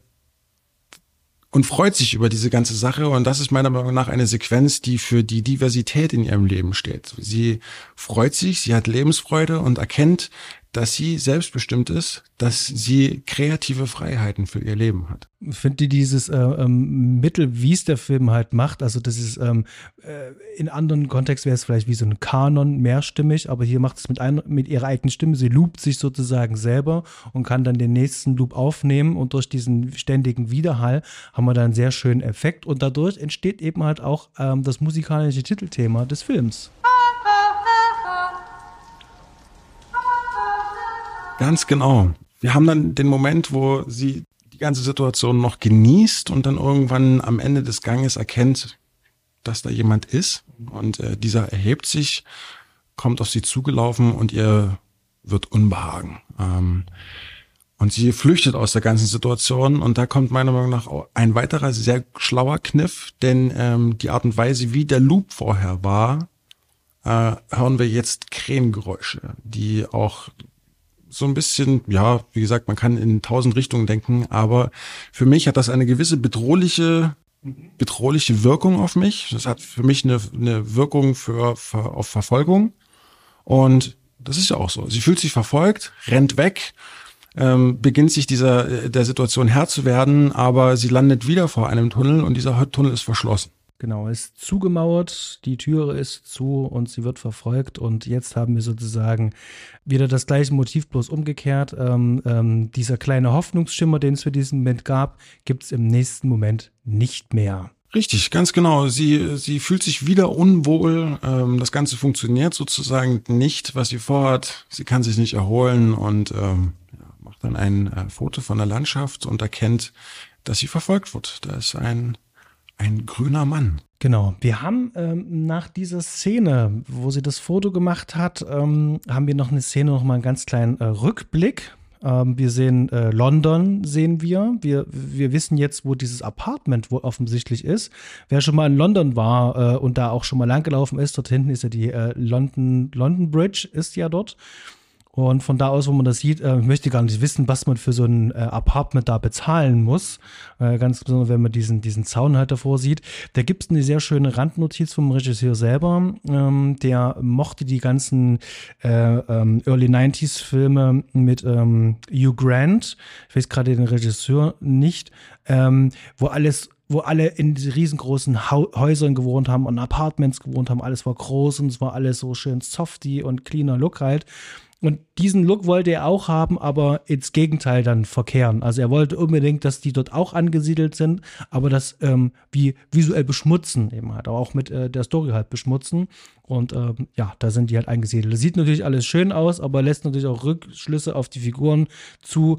freut sich über diese ganze Sache. Und das ist meiner Meinung nach eine Sequenz, die für die Diversität in ihrem Leben steht. Sie freut sich, sie hat Lebensfreude und erkennt, dass sie selbstbestimmt ist, dass sie kreative Freiheiten für ihr Leben hat. Ich finde dieses Mittel, wie es der Film halt macht, also das ist in anderen Kontext wäre es vielleicht wie so ein Kanon mehrstimmig, aber hier macht es mit ihrer eigenen Stimme, sie loopt sich sozusagen selber und kann dann den nächsten Loop aufnehmen und durch diesen ständigen Widerhall haben wir dann einen sehr schönen Effekt und dadurch entsteht eben halt auch das musikalische Titelthema des Films. Ganz genau. Wir haben dann den Moment, wo sie die ganze Situation noch genießt und dann irgendwann am Ende des Ganges erkennt, dass da jemand ist. Und dieser erhebt sich, kommt auf sie zugelaufen und ihr wird Unbehagen. Und sie flüchtet aus der ganzen Situation. Und da kommt meiner Meinung nach auch ein weiterer sehr schlauer Kniff, denn die Art und Weise, wie der Loop vorher war, hören wir jetzt Krähengeräusche, die auch so ein bisschen, ja, wie gesagt, man kann in 1000 Richtungen denken, aber für mich hat das eine gewisse bedrohliche Wirkung auf mich. Das hat für mich eine Wirkung auf Verfolgung. Und das ist ja auch so. Sie fühlt sich verfolgt, rennt weg, beginnt sich der Situation Herr zu werden, aber sie landet wieder vor einem Tunnel und dieser Tunnel ist verschlossen. Genau, ist zugemauert, die Türe ist zu und sie wird verfolgt und jetzt haben wir sozusagen wieder das gleiche Motiv, bloß umgekehrt. Dieser kleine Hoffnungsschimmer, den es für diesen Moment gab, gibt es im nächsten Moment nicht mehr. Richtig, ganz genau. Sie fühlt sich wieder unwohl. Das Ganze funktioniert sozusagen nicht, was sie vorhat. Sie kann sich nicht erholen und macht dann ein Foto von der Landschaft und erkennt, dass sie verfolgt wird. Da ist ein grüner Mann. Genau. Wir haben nach dieser Szene, wo sie das Foto gemacht hat, haben wir noch eine Szene, noch mal einen ganz kleinen Rückblick. Wir sehen London, sehen wir. Wir wissen jetzt, wo dieses Apartment wohl offensichtlich ist. Wer schon mal in London war und da auch schon mal langgelaufen ist, dort hinten ist ja die London Bridge, ist ja dort. Und von da aus, wo man das sieht, ich möchte gar nicht wissen, was man für so ein Apartment da bezahlen muss. Ganz besonders, wenn man diesen Zaun halt davor sieht. Da gibt es eine sehr schöne Randnotiz vom Regisseur selber. Der mochte die ganzen Early 90s Filme mit Hugh Grant. Ich weiß gerade den Regisseur nicht. Wo alle in diese riesengroßen Häusern gewohnt haben und Apartments gewohnt haben. Alles war groß und es war alles so schön softy und cleaner Look halt. Und diesen Look wollte er auch haben, aber ins Gegenteil dann verkehren. Also er wollte unbedingt, dass die dort auch angesiedelt sind, aber das wie visuell beschmutzen eben halt, aber auch mit der Story halt beschmutzen. Und ja, da sind die halt eingesiedelt. Das sieht natürlich alles schön aus, aber lässt natürlich auch Rückschlüsse auf die Figuren zu,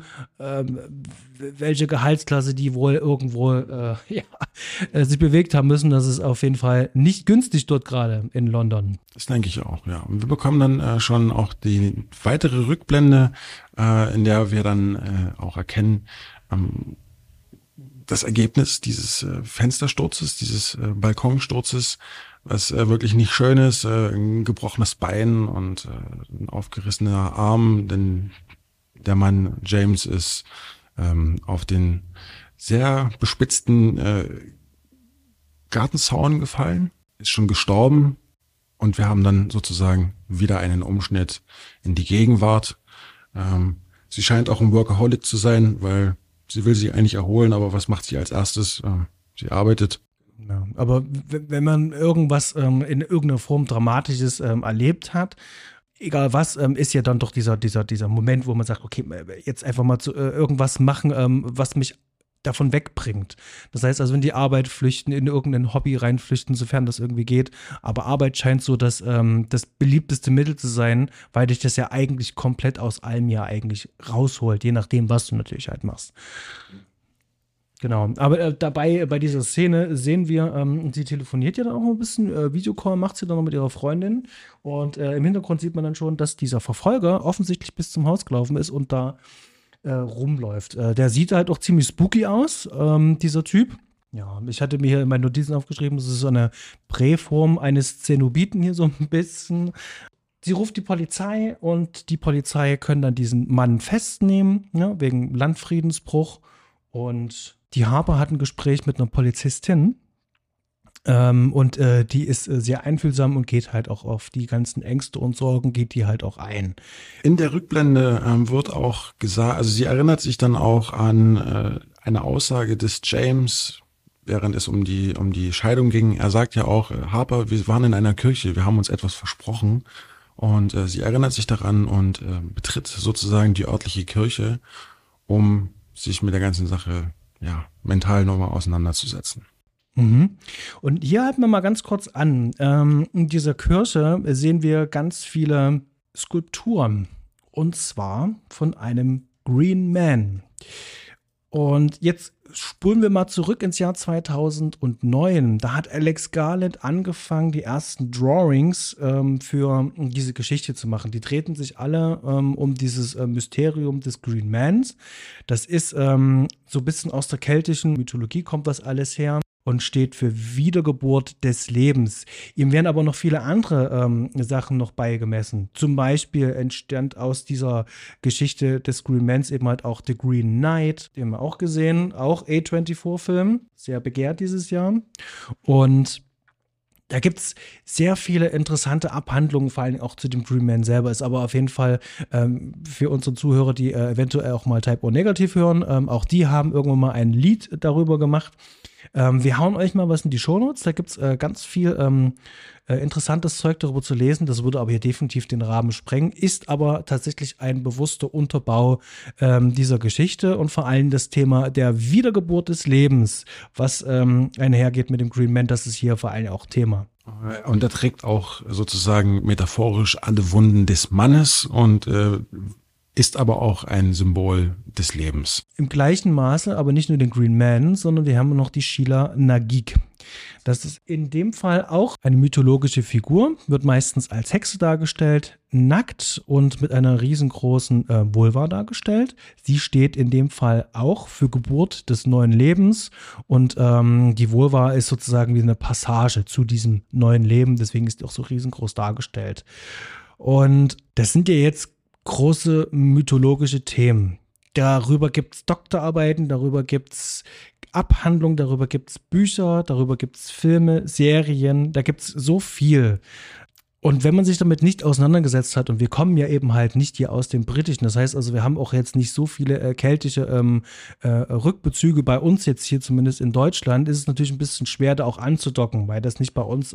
welche Gehaltsklasse die wohl irgendwo sich bewegt haben müssen. Das ist auf jeden Fall nicht günstig dort gerade in London. Das denke ich auch, ja. Und wir bekommen dann schon auch die weitere Rückblende, in der wir dann auch erkennen, das Ergebnis dieses Fenstersturzes, dieses Balkonsturzes, was wirklich nicht schön ist, ein gebrochenes Bein und ein aufgerissener Arm, denn der Mann James ist auf den sehr bespitzten Gartenzaun gefallen, ist schon gestorben und wir haben dann sozusagen wieder einen Umschnitt in die Gegenwart. Sie scheint auch ein Workaholic zu sein, weil sie will sich eigentlich erholen, aber was macht sie als erstes? Sie arbeitet. Ja, aber wenn man irgendwas in irgendeiner Form Dramatisches erlebt hat, egal was, ist ja dann doch dieser Moment, wo man sagt, okay, jetzt einfach mal irgendwas machen, was mich davon wegbringt. Das heißt also, in die Arbeit flüchten, in irgendein Hobby reinflüchten, sofern das irgendwie geht. Aber Arbeit scheint so das beliebteste Mittel zu sein, weil dich das ja eigentlich komplett aus allem ja eigentlich rausholt, je nachdem, was du natürlich halt machst. Genau, aber dabei bei dieser Szene sehen wir, sie telefoniert ja dann auch ein bisschen, Videocall macht sie dann noch mit ihrer Freundin und im Hintergrund sieht man dann schon, dass dieser Verfolger offensichtlich bis zum Haus gelaufen ist und da rumläuft. Der sieht halt auch ziemlich spooky aus, dieser Typ. Ja, ich hatte mir hier in meinen Notizen aufgeschrieben, das ist so eine Präform eines Zenobiten hier so ein bisschen. Sie ruft die Polizei und die Polizei können dann diesen Mann festnehmen, ja, wegen Landfriedensbruch. Und die Harper hat ein Gespräch mit einer Polizistin. Und die ist sehr einfühlsam und geht halt auch auf die ganzen Ängste und Sorgen, geht die halt auch ein. In der Rückblende wird auch gesagt, also sie erinnert sich dann auch an eine Aussage des James, während es um die Scheidung ging. Er sagt ja auch, Harper, wir waren in einer Kirche, wir haben uns etwas versprochen. Und sie erinnert sich daran und betritt sozusagen die örtliche Kirche, um sich mit der ganzen Sache mental nochmal auseinanderzusetzen. Mhm. Und hier halten wir mal ganz kurz an. In dieser Kirche sehen wir ganz viele Skulpturen. Und zwar von einem Green Man. Und jetzt spulen wir mal zurück ins Jahr 2009. Da hat Alex Garland angefangen, die ersten Drawings für diese Geschichte zu machen. Die drehten sich alle um dieses Mysterium des Green Mans. Das ist so ein bisschen aus der keltischen Mythologie, kommt das alles her. Und steht für Wiedergeburt des Lebens. Ihm werden aber noch viele andere Sachen noch beigemessen. Zum Beispiel entstand aus dieser Geschichte des Green Mans eben halt auch The Green Knight, den haben wir auch gesehen, auch A24-Film, sehr begehrt dieses Jahr. Und da gibt es sehr viele interessante Abhandlungen, vor allem auch zu dem Green Man selber. Ist aber auf jeden Fall für unsere Zuhörer, die eventuell auch mal Type O Negativ hören, auch die haben irgendwann mal ein Lied darüber gemacht. Wir hauen euch mal was in die Shownotes. Da gibt es ganz viel interessantes Zeug darüber zu lesen. Das würde aber hier definitiv den Rahmen sprengen. Ist aber tatsächlich ein bewusster Unterbau dieser Geschichte und vor allem das Thema der Wiedergeburt des Lebens, was einhergeht mit dem Green Man. Das ist hier vor allem auch Thema. Und er trägt auch sozusagen metaphorisch alle Wunden des Mannes und ist aber auch ein Symbol des Lebens. Im gleichen Maße, aber nicht nur den Green Man, sondern wir haben noch die Sheela na Gig. Das ist in dem Fall auch eine mythologische Figur, wird meistens als Hexe dargestellt, nackt und mit einer riesengroßen Vulva dargestellt. Sie steht in dem Fall auch für Geburt des neuen Lebens und die Vulva ist sozusagen wie eine Passage zu diesem neuen Leben, deswegen ist die auch so riesengroß dargestellt. Und das sind ja jetzt große mythologische Themen. Darüber gibt es Doktorarbeiten, darüber gibt es Abhandlungen, darüber gibt es Bücher, darüber gibt es Filme, Serien, da gibt es so viel. Und wenn man sich damit nicht auseinandergesetzt hat, und wir kommen ja eben halt nicht hier aus dem Britischen, das heißt also, wir haben auch jetzt nicht so viele keltische Rückbezüge bei uns jetzt hier, zumindest in Deutschland, ist es natürlich ein bisschen schwer, da auch anzudocken, weil das nicht bei uns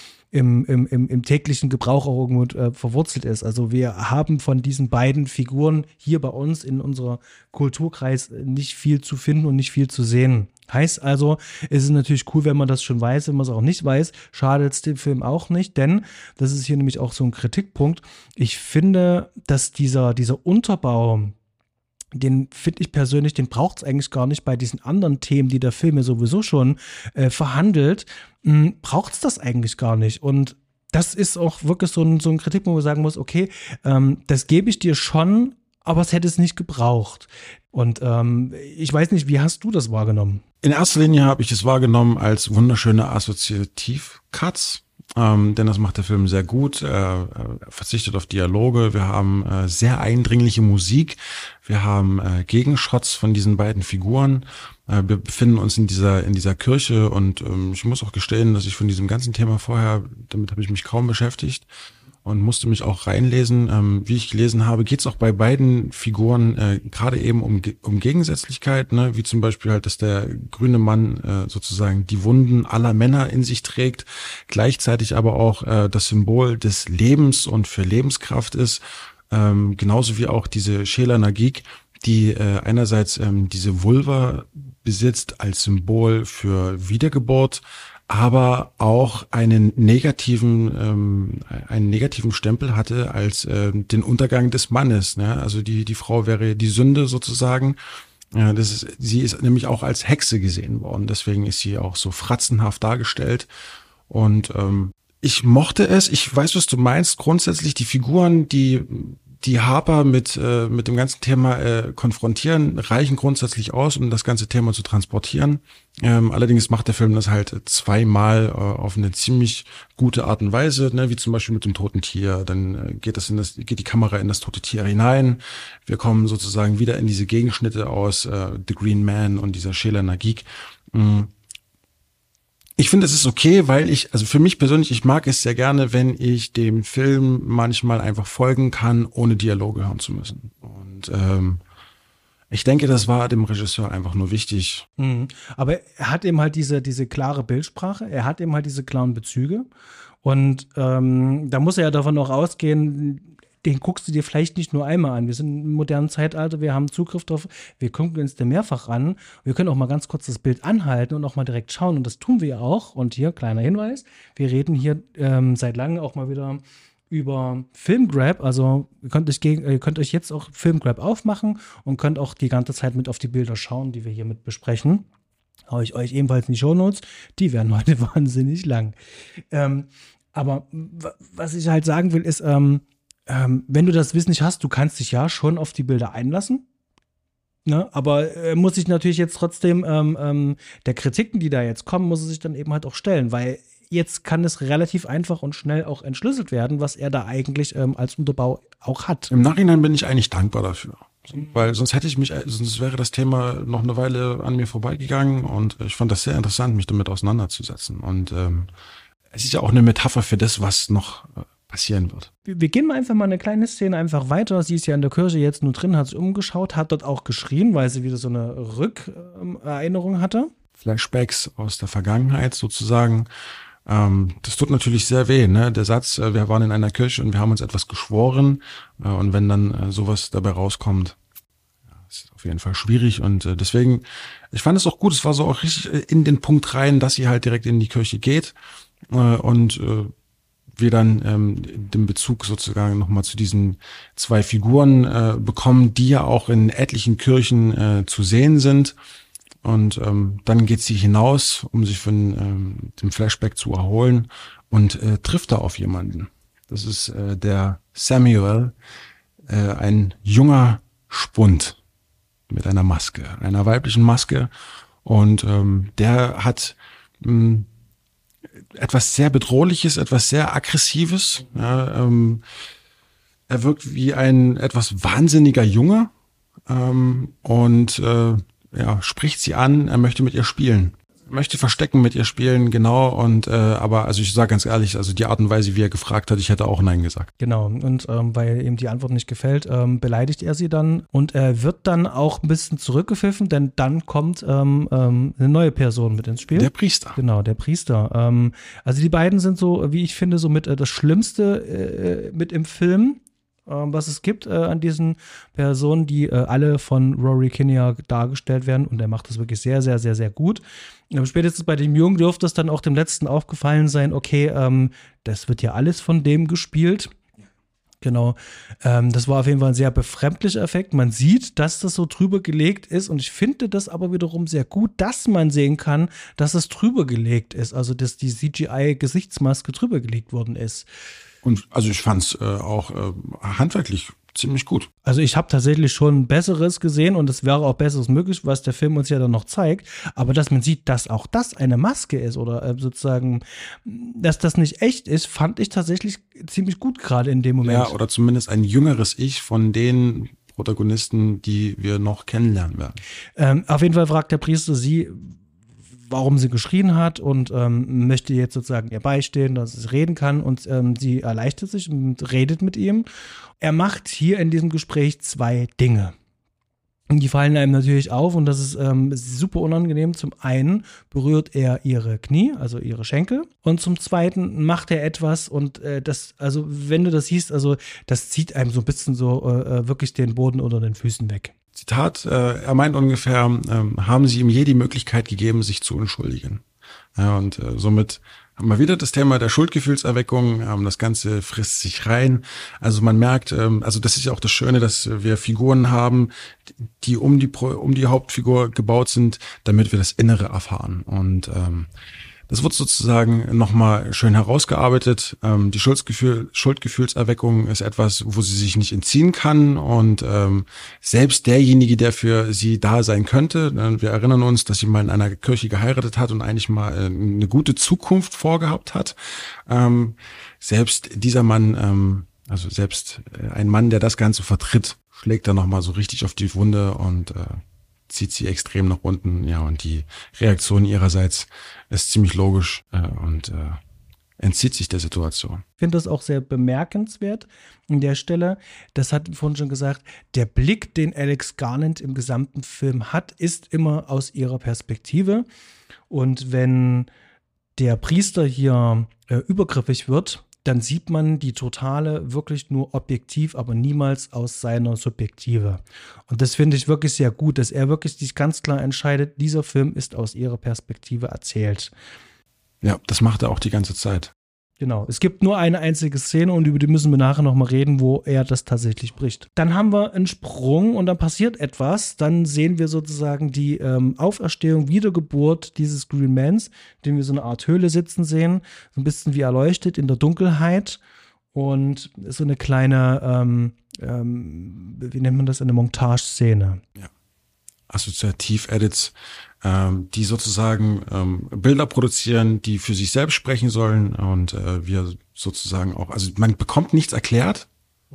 im täglichen Gebrauch auch irgendwo verwurzelt ist. Also wir haben von diesen beiden Figuren hier bei uns in unserer Kulturkreis nicht viel zu finden und nicht viel zu sehen. Heißt also, es ist natürlich cool, wenn man das schon weiß, wenn man es auch nicht weiß, schadet es dem Film auch nicht, denn das ist hier nämlich auch so ein Kritikpunkt. Ich finde, dass dieser Unterbau, den finde ich persönlich, den braucht es eigentlich gar nicht bei diesen anderen Themen, die der Film ja sowieso schon verhandelt, braucht es das eigentlich gar nicht. Und das ist auch wirklich so ein Kritikpunkt, wo man sagen muss, okay, das gebe ich dir schon, aber es hätte es nicht gebraucht. Und ich weiß nicht, wie hast du das wahrgenommen? In erster Linie habe ich es wahrgenommen als wunderschöne Assoziativ-Cuts. Denn das macht der Film sehr gut. Er verzichtet auf Dialoge. Wir haben sehr eindringliche Musik. Wir haben Gegenshots von diesen beiden Figuren. Wir befinden uns in dieser Kirche und ich muss auch gestehen, dass ich von diesem ganzen Thema vorher, damit habe ich mich kaum beschäftigt und musste mich auch reinlesen. Wie ich gelesen habe, geht es auch bei beiden Figuren gerade eben um Gegensätzlichkeit, ne? Wie zum Beispiel halt, dass der grüne Mann sozusagen die Wunden aller Männer in sich trägt, gleichzeitig aber auch das Symbol des Lebens und für Lebenskraft ist, genauso wie auch diese Sheela na Gig, die einerseits diese Vulva besitzt als Symbol für Wiedergeburt, aber auch einen negativen Stempel hatte als den Untergang des Mannes. Ne? Also die Frau wäre die Sünde sozusagen. Ja, sie ist nämlich auch als Hexe gesehen worden. Deswegen ist sie auch so fratzenhaft dargestellt. Und ich mochte es. Ich weiß, was du meinst. Grundsätzlich die Figuren, die die Harper mit dem ganzen Thema konfrontieren, reichen grundsätzlich aus, um das ganze Thema zu transportieren. Allerdings macht der Film das halt zweimal auf eine ziemlich gute Art und Weise, ne, wie zum Beispiel mit dem toten Tier. Dann geht die Kamera in das tote Tier hinein. Wir kommen sozusagen wieder in diese Gegenschnitte aus The Green Man und dieser Sheila Nagik. Ich finde, es ist okay, weil also für mich persönlich, ich mag es sehr gerne, wenn ich dem Film manchmal einfach folgen kann, ohne Dialoge hören zu müssen. Und ich denke, das war dem Regisseur einfach nur wichtig. Aber er hat eben halt diese klare Bildsprache, er hat eben halt diese klaren Bezüge. Und da muss er ja davon auch ausgehen, den guckst du dir vielleicht nicht nur einmal an. Wir sind im modernen Zeitalter, wir haben Zugriff drauf, wir gucken uns den mehrfach an. Wir können auch mal ganz kurz das Bild anhalten und auch mal direkt schauen. Und das tun wir ja auch. Und hier, kleiner Hinweis, wir reden hier seit langem auch mal wieder über Filmgrab. Also ihr könnt euch jetzt auch Filmgrab aufmachen und könnt auch die ganze Zeit mit auf die Bilder schauen, die wir hier mit besprechen. Hau ich euch ebenfalls in die Shownotes. Die werden heute wahnsinnig lang. Aber was ich halt sagen will, ist, wenn du das Wissen nicht hast, du kannst dich ja schon auf die Bilder einlassen, ne? Aber muss sich natürlich jetzt trotzdem der Kritiken, die da jetzt kommen, muss er sich dann eben halt auch stellen, weil jetzt kann es relativ einfach und schnell auch entschlüsselt werden, was er da eigentlich als Unterbau auch hat. Im Nachhinein bin ich eigentlich dankbar dafür, weil sonst wäre das Thema noch eine Weile an mir vorbeigegangen und ich fand das sehr interessant, mich damit auseinanderzusetzen und es ist ja auch eine Metapher für das, was noch passieren wird. Wir gehen mal einfach mal eine kleine Szene einfach weiter. Sie ist ja in der Kirche jetzt nur drin, hat sich umgeschaut, hat dort auch geschrien, weil sie wieder so eine Rückerinnerung hatte. Flashbacks aus der Vergangenheit sozusagen. Das tut natürlich sehr weh, ne? Der Satz, wir waren in einer Kirche und wir haben uns etwas geschworen und wenn dann sowas dabei rauskommt, ist auf jeden Fall schwierig und deswegen, ich fand es auch gut, es war so auch richtig in den Punkt rein, dass sie halt direkt in die Kirche geht und wir dann den Bezug sozusagen nochmal zu diesen zwei Figuren bekommen, die ja auch in etlichen Kirchen zu sehen sind. Und dann geht sie hinaus, um sich von dem Flashback zu erholen und trifft da auf jemanden. Das ist der Samuel, ein junger Spund mit einer Maske, einer weiblichen Maske. Und der hat etwas sehr Bedrohliches, etwas sehr Aggressives. Ja, er wirkt wie ein etwas wahnsinniger Junge und spricht sie an, er möchte mit ihr spielen. Möchte Verstecken mit ihr spielen, genau. Und aber also ich sage ganz ehrlich, also die Art und Weise, wie er gefragt hat, ich hätte auch Nein gesagt. Genau. Und weil ihm die Antwort nicht gefällt, beleidigt er sie dann und er wird dann auch ein bisschen zurückgepfiffen, denn dann kommt eine neue Person mit ins Spiel. Der Priester. Genau, der Priester. Also die beiden sind so, wie ich finde, so mit das Schlimmste mit im Film, was es gibt an diesen Personen, die alle von Rory Kinnear dargestellt werden. Und er macht das wirklich sehr, sehr, sehr, sehr gut. Spätestens bei dem Jungen dürfte es dann auch dem Letzten aufgefallen sein, okay, das wird ja alles von dem gespielt. Genau. Das war auf jeden Fall ein sehr befremdlicher Effekt. Man sieht, dass das so drüber gelegt ist. Und ich finde das aber wiederum sehr gut, dass man sehen kann, dass es drüber gelegt ist. Also, dass die CGI-Gesichtsmaske drüber gelegt worden ist. Und also ich fand es auch handwerklich ziemlich gut. Also ich habe tatsächlich schon Besseres gesehen und es wäre auch Besseres möglich, was der Film uns ja dann noch zeigt. Aber dass man sieht, dass auch das eine Maske ist oder sozusagen, dass das nicht echt ist, fand ich tatsächlich ziemlich gut gerade in dem Moment. Ja, oder zumindest ein jüngeres Ich von den Protagonisten, die wir noch kennenlernen werden. Auf jeden Fall fragt der Priester sie, warum sie geschrien hat und möchte jetzt sozusagen ihr beistehen, dass sie reden kann und sie erleichtert sich und redet mit ihm. Er macht hier in diesem Gespräch zwei Dinge. Und die fallen einem natürlich auf und das ist super unangenehm. Zum einen berührt er ihre Knie, also ihre Schenkel. Und zum zweiten macht er etwas und also wenn du das siehst, also das zieht einem so ein bisschen so wirklich den Boden unter den Füßen weg. Zitat, er meint ungefähr, haben sie ihm je die Möglichkeit gegeben, sich zu entschuldigen. Ja, und somit haben wir wieder das Thema der Schuldgefühlserweckung, das Ganze frisst sich rein. Also man merkt, also das ist ja auch das Schöne, dass wir Figuren haben, die um die Hauptfigur gebaut sind, damit wir das Innere erfahren. Und Das wird sozusagen nochmal schön herausgearbeitet. Die Schuldgefühlserweckung ist etwas, wo sie sich nicht entziehen kann und selbst derjenige, der für sie da sein könnte, wir erinnern uns, dass sie mal in einer Kirche geheiratet hat und eigentlich mal eine gute Zukunft vorgehabt hat. Selbst dieser Mann, also selbst ein Mann, der das Ganze vertritt, schlägt da nochmal so richtig auf die Wunde und zieht sie extrem nach unten. Ja, und die Reaktion ihrerseits ist ziemlich logisch und entzieht sich der Situation. Ich finde das auch sehr bemerkenswert an der Stelle. Das hat vorhin schon gesagt, der Blick, den Alex Garland im gesamten Film hat, ist immer aus ihrer Perspektive. Und wenn der Priester hier übergriffig wird, dann sieht man die Totale wirklich nur objektiv, aber niemals aus seiner Subjektive. Und das finde ich wirklich sehr gut, dass er wirklich sich ganz klar entscheidet, dieser Film ist aus ihrer Perspektive erzählt. Ja, das macht er auch die ganze Zeit. Genau, es gibt nur eine einzige Szene und über die müssen wir nachher nochmal reden, wo er das tatsächlich bricht. Dann haben wir einen Sprung und dann passiert etwas. Dann sehen wir sozusagen die Auferstehung, Wiedergeburt dieses Green Mans, den wir so eine Art Höhle sitzen sehen, so ein bisschen wie erleuchtet in der Dunkelheit und so eine kleine, wie nennt man das, eine Montage-Szene. Ja. Assoziativ-Edits, die sozusagen Bilder produzieren, die für sich selbst sprechen sollen und wir sozusagen auch, also man bekommt nichts erklärt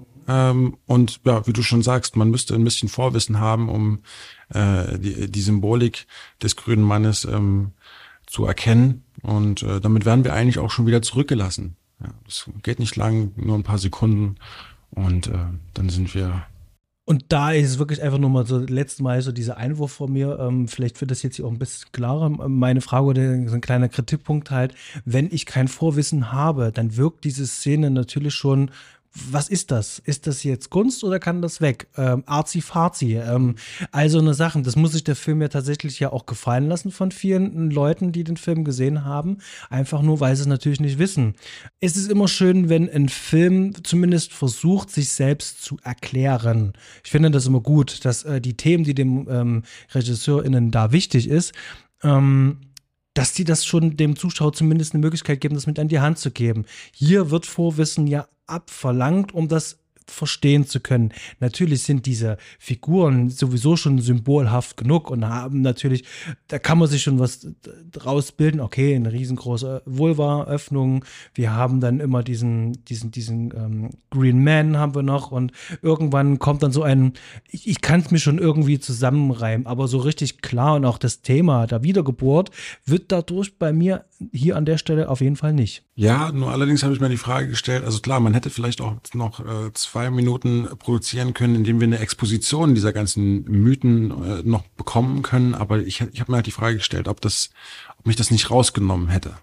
und ja, wie du schon sagst, man müsste ein bisschen Vorwissen haben, um die Symbolik des grünen Mannes zu erkennen und damit werden wir eigentlich auch schon wieder zurückgelassen. Ja, das geht nicht lang, nur ein paar Sekunden und dann sind wir. Und da ist es wirklich einfach nur mal so letztes Mal so dieser Einwurf von mir, vielleicht wird das jetzt hier auch ein bisschen klarer, meine Frage oder so ein kleiner Kritikpunkt halt, wenn ich kein Vorwissen habe, dann wirkt diese Szene natürlich schon, was ist das? Ist das jetzt Kunst oder kann das weg? Arzi-Fazi, all so eine Sachen. Das muss sich der Film ja tatsächlich ja auch gefallen lassen von vielen Leuten, die den Film gesehen haben. Einfach nur, weil sie es natürlich nicht wissen. Es ist immer schön, wenn ein Film zumindest versucht, sich selbst zu erklären. Ich finde das immer gut, dass die Themen, die dem RegisseurInnen da wichtig ist, dass die das schon dem Zuschauer zumindest eine Möglichkeit geben, das mit an die Hand zu geben. Hier wird Vorwissen ja abverlangt, um das verstehen zu können. Natürlich sind diese Figuren sowieso schon symbolhaft genug und haben natürlich, da kann man sich schon was draus bilden. Okay, eine riesengroße Vulva-Öffnung. Wir haben dann immer diesen Green Man haben wir noch und irgendwann kommt dann so ein, ich kann es mir schon irgendwie zusammenreimen, aber so richtig klar und auch das Thema der Wiedergeburt wird dadurch bei mir hier an der Stelle auf jeden Fall nicht. Ja, nur allerdings habe ich mir die Frage gestellt, also klar, man hätte vielleicht auch noch 2 Minuten produzieren können, indem wir eine Exposition dieser ganzen Mythen noch bekommen können, aber ich habe mir halt die Frage gestellt, ob mich das nicht rausgenommen hätte.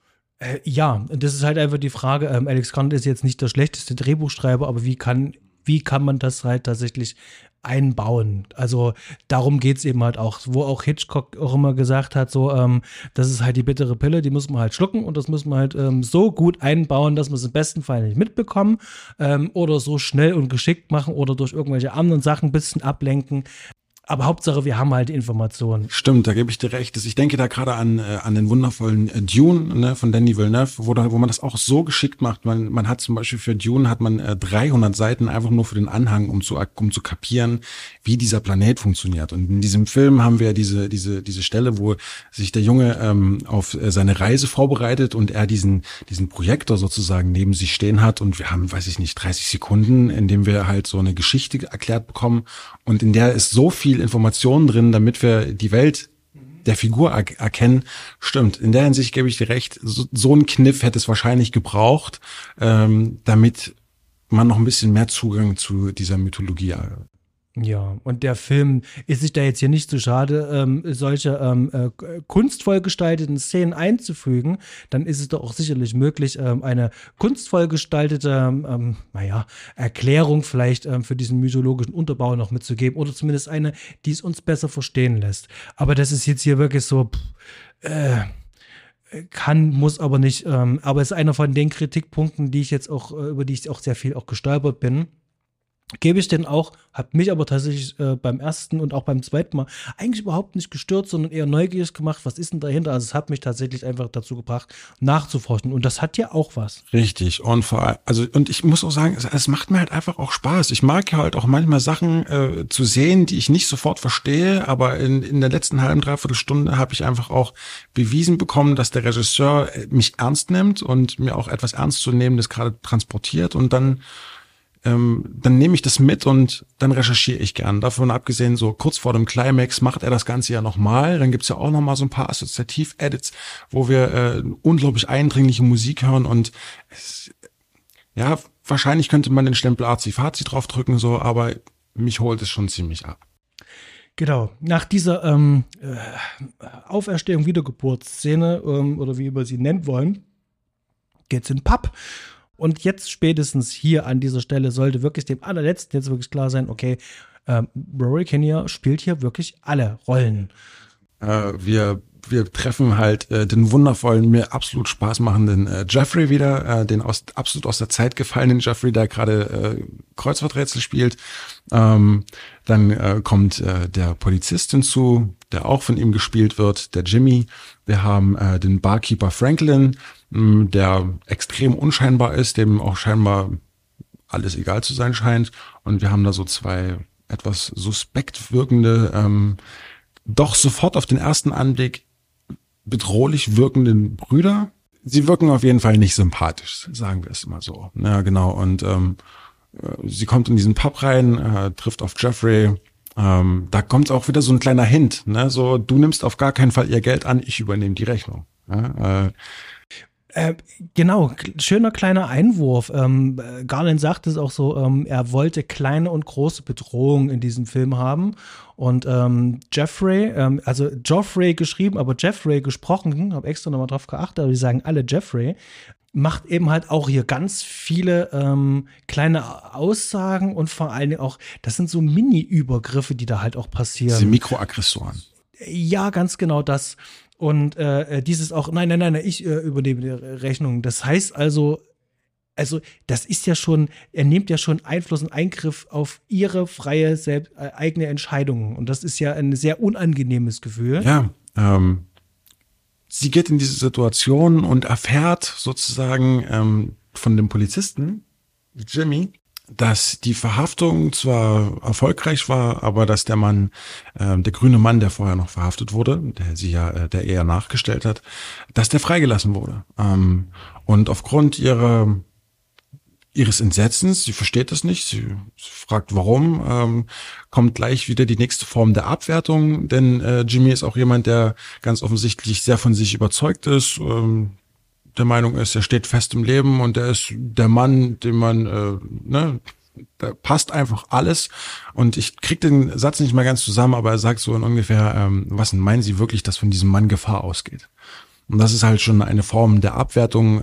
Ja, das ist halt einfach die Frage, Alex Garland ist jetzt nicht der schlechteste Drehbuchschreiber, aber wie kann man das halt tatsächlich einbauen? Also darum geht's eben halt auch, wo auch Hitchcock auch immer gesagt hat, so, das ist halt die bittere Pille, die muss man halt schlucken und das muss man halt so gut einbauen, dass wir es im besten Fall nicht mitbekommen oder so schnell und geschickt machen oder durch irgendwelche anderen Sachen ein bisschen ablenken. Aber Hauptsache, wir haben halt Informationen. Stimmt, da gebe ich dir recht. Ich denke da gerade an den wundervollen Dune, ne, von Denis Villeneuve, wo man das auch so geschickt macht. Man hat zum Beispiel für Dune hat man 300 Seiten einfach nur für den Anhang, um zu kapieren, wie dieser Planet funktioniert. Und in diesem Film haben wir diese Stelle, wo sich der Junge auf seine Reise vorbereitet und er diesen Projektor sozusagen neben sich stehen hat. Und wir haben, weiß ich nicht, 30 Sekunden, in dem wir halt so eine Geschichte erklärt bekommen. Und in der ist so viel Informationen drin, damit wir die Welt der Figur erkennen. Stimmt, in der Hinsicht gebe ich dir recht, so ein Kniff hätte es wahrscheinlich gebraucht, damit man noch ein bisschen mehr Zugang zu dieser Mythologie hat. Ja, und der Film ist sich da jetzt hier nicht so schade, solche kunstvoll gestalteten Szenen einzufügen, dann ist es doch auch sicherlich möglich, eine kunstvoll gestaltete, Erklärung vielleicht für diesen mythologischen Unterbau noch mitzugeben oder zumindest eine, die es uns besser verstehen lässt. Aber das ist jetzt hier wirklich so, muss aber nicht, aber es ist einer von den Kritikpunkten, über die ich auch sehr viel auch gestolpert bin. Gebe ich den auch, hat mich aber tatsächlich beim ersten und auch beim zweiten Mal eigentlich überhaupt nicht gestört, sondern eher neugierig gemacht, was ist denn dahinter? Also es hat mich tatsächlich einfach dazu gebracht, nachzuforschen. Und das hat ja auch was. Richtig. Und vor allem, also, und ich muss auch sagen, es macht mir halt einfach auch Spaß. Ich mag ja halt auch manchmal Sachen zu sehen, die ich nicht sofort verstehe, aber in der letzten halben, dreiviertel Stunde habe ich einfach auch bewiesen bekommen, dass der Regisseur mich ernst nimmt und mir auch etwas Ernstzunehmendes gerade transportiert, und dann nehme ich das mit und dann recherchiere ich gern. Davon abgesehen, so kurz vor dem Climax macht er das Ganze ja nochmal. Dann gibt's ja auch nochmal so ein paar Assoziativ-Edits, wo wir unglaublich eindringliche Musik hören, und ja, wahrscheinlich könnte man den Stempel Arzi-Fazi draufdrücken, so, aber mich holt es schon ziemlich ab. Genau, nach dieser Auferstehung, Wiedergeburtsszene oder wie wir sie nennen wollen, geht's in den Pub. Und jetzt spätestens hier an dieser Stelle sollte wirklich dem allerletzten jetzt wirklich klar sein, okay, Rory Kinnear spielt hier wirklich alle Rollen. Wir treffen halt den wundervollen, mir absolut Spaß machenden Jeffrey wieder, den absolut aus der Zeit gefallenen Jeffrey, der gerade Kreuzworträtsel spielt. Dann kommt der Polizist hinzu, der auch von ihm gespielt wird, der Jimmy. Wir haben den Barkeeper Franklin, der extrem unscheinbar ist, dem auch scheinbar alles egal zu sein scheint. Und wir haben da so zwei etwas suspekt wirkende, doch sofort auf den ersten Anblick bedrohlich wirkenden Brüder. Sie wirken auf jeden Fall nicht sympathisch, sagen wir es mal so. Ja, genau. Und sie kommt in diesen Pub rein, trifft auf Jeffrey. Da kommt auch wieder so ein kleiner Hint, ne? So, du nimmst auf gar keinen Fall ihr Geld an, ich übernehme die Rechnung. Ja, genau, schöner kleiner Einwurf. Garland sagt es auch so, er wollte kleine und große Bedrohungen in diesem Film haben. Und Jeffrey, also Joffrey geschrieben, aber Jeffrey gesprochen, habe extra nochmal drauf geachtet, aber die sagen alle Jeffrey, macht eben halt auch hier ganz viele kleine Aussagen und vor allen Dingen auch, das sind so Mini-Übergriffe, die da halt auch passieren. diese Mikroaggressoren. Ja, ganz genau das. Und dieses auch, nein, ich übernehme die Rechnung. Das heißt also, das ist ja schon, er nimmt ja schon Einfluss und Eingriff auf ihre freie, eigene Entscheidungen. Und das ist ja ein sehr unangenehmes Gefühl. Ja, sie geht in diese Situation und erfährt sozusagen von dem Polizisten, Jimmy, dass die Verhaftung zwar erfolgreich war, aber dass der Mann, der grüne Mann, der vorher noch verhaftet wurde, der eher nachgestellt hat, dass der freigelassen wurde. Und aufgrund ihres Entsetzens, sie versteht das nicht, sie fragt warum, kommt gleich wieder die nächste Form der Abwertung, denn Jimmy ist auch jemand, der ganz offensichtlich sehr von sich überzeugt ist, der Meinung ist, er steht fest im Leben und er ist der Mann, den man, da passt einfach alles. Und ich krieg den Satz nicht mehr ganz zusammen, aber er sagt so in ungefähr, was denn, meinen Sie wirklich, dass von diesem Mann Gefahr ausgeht? Und das ist halt schon eine Form der Abwertung,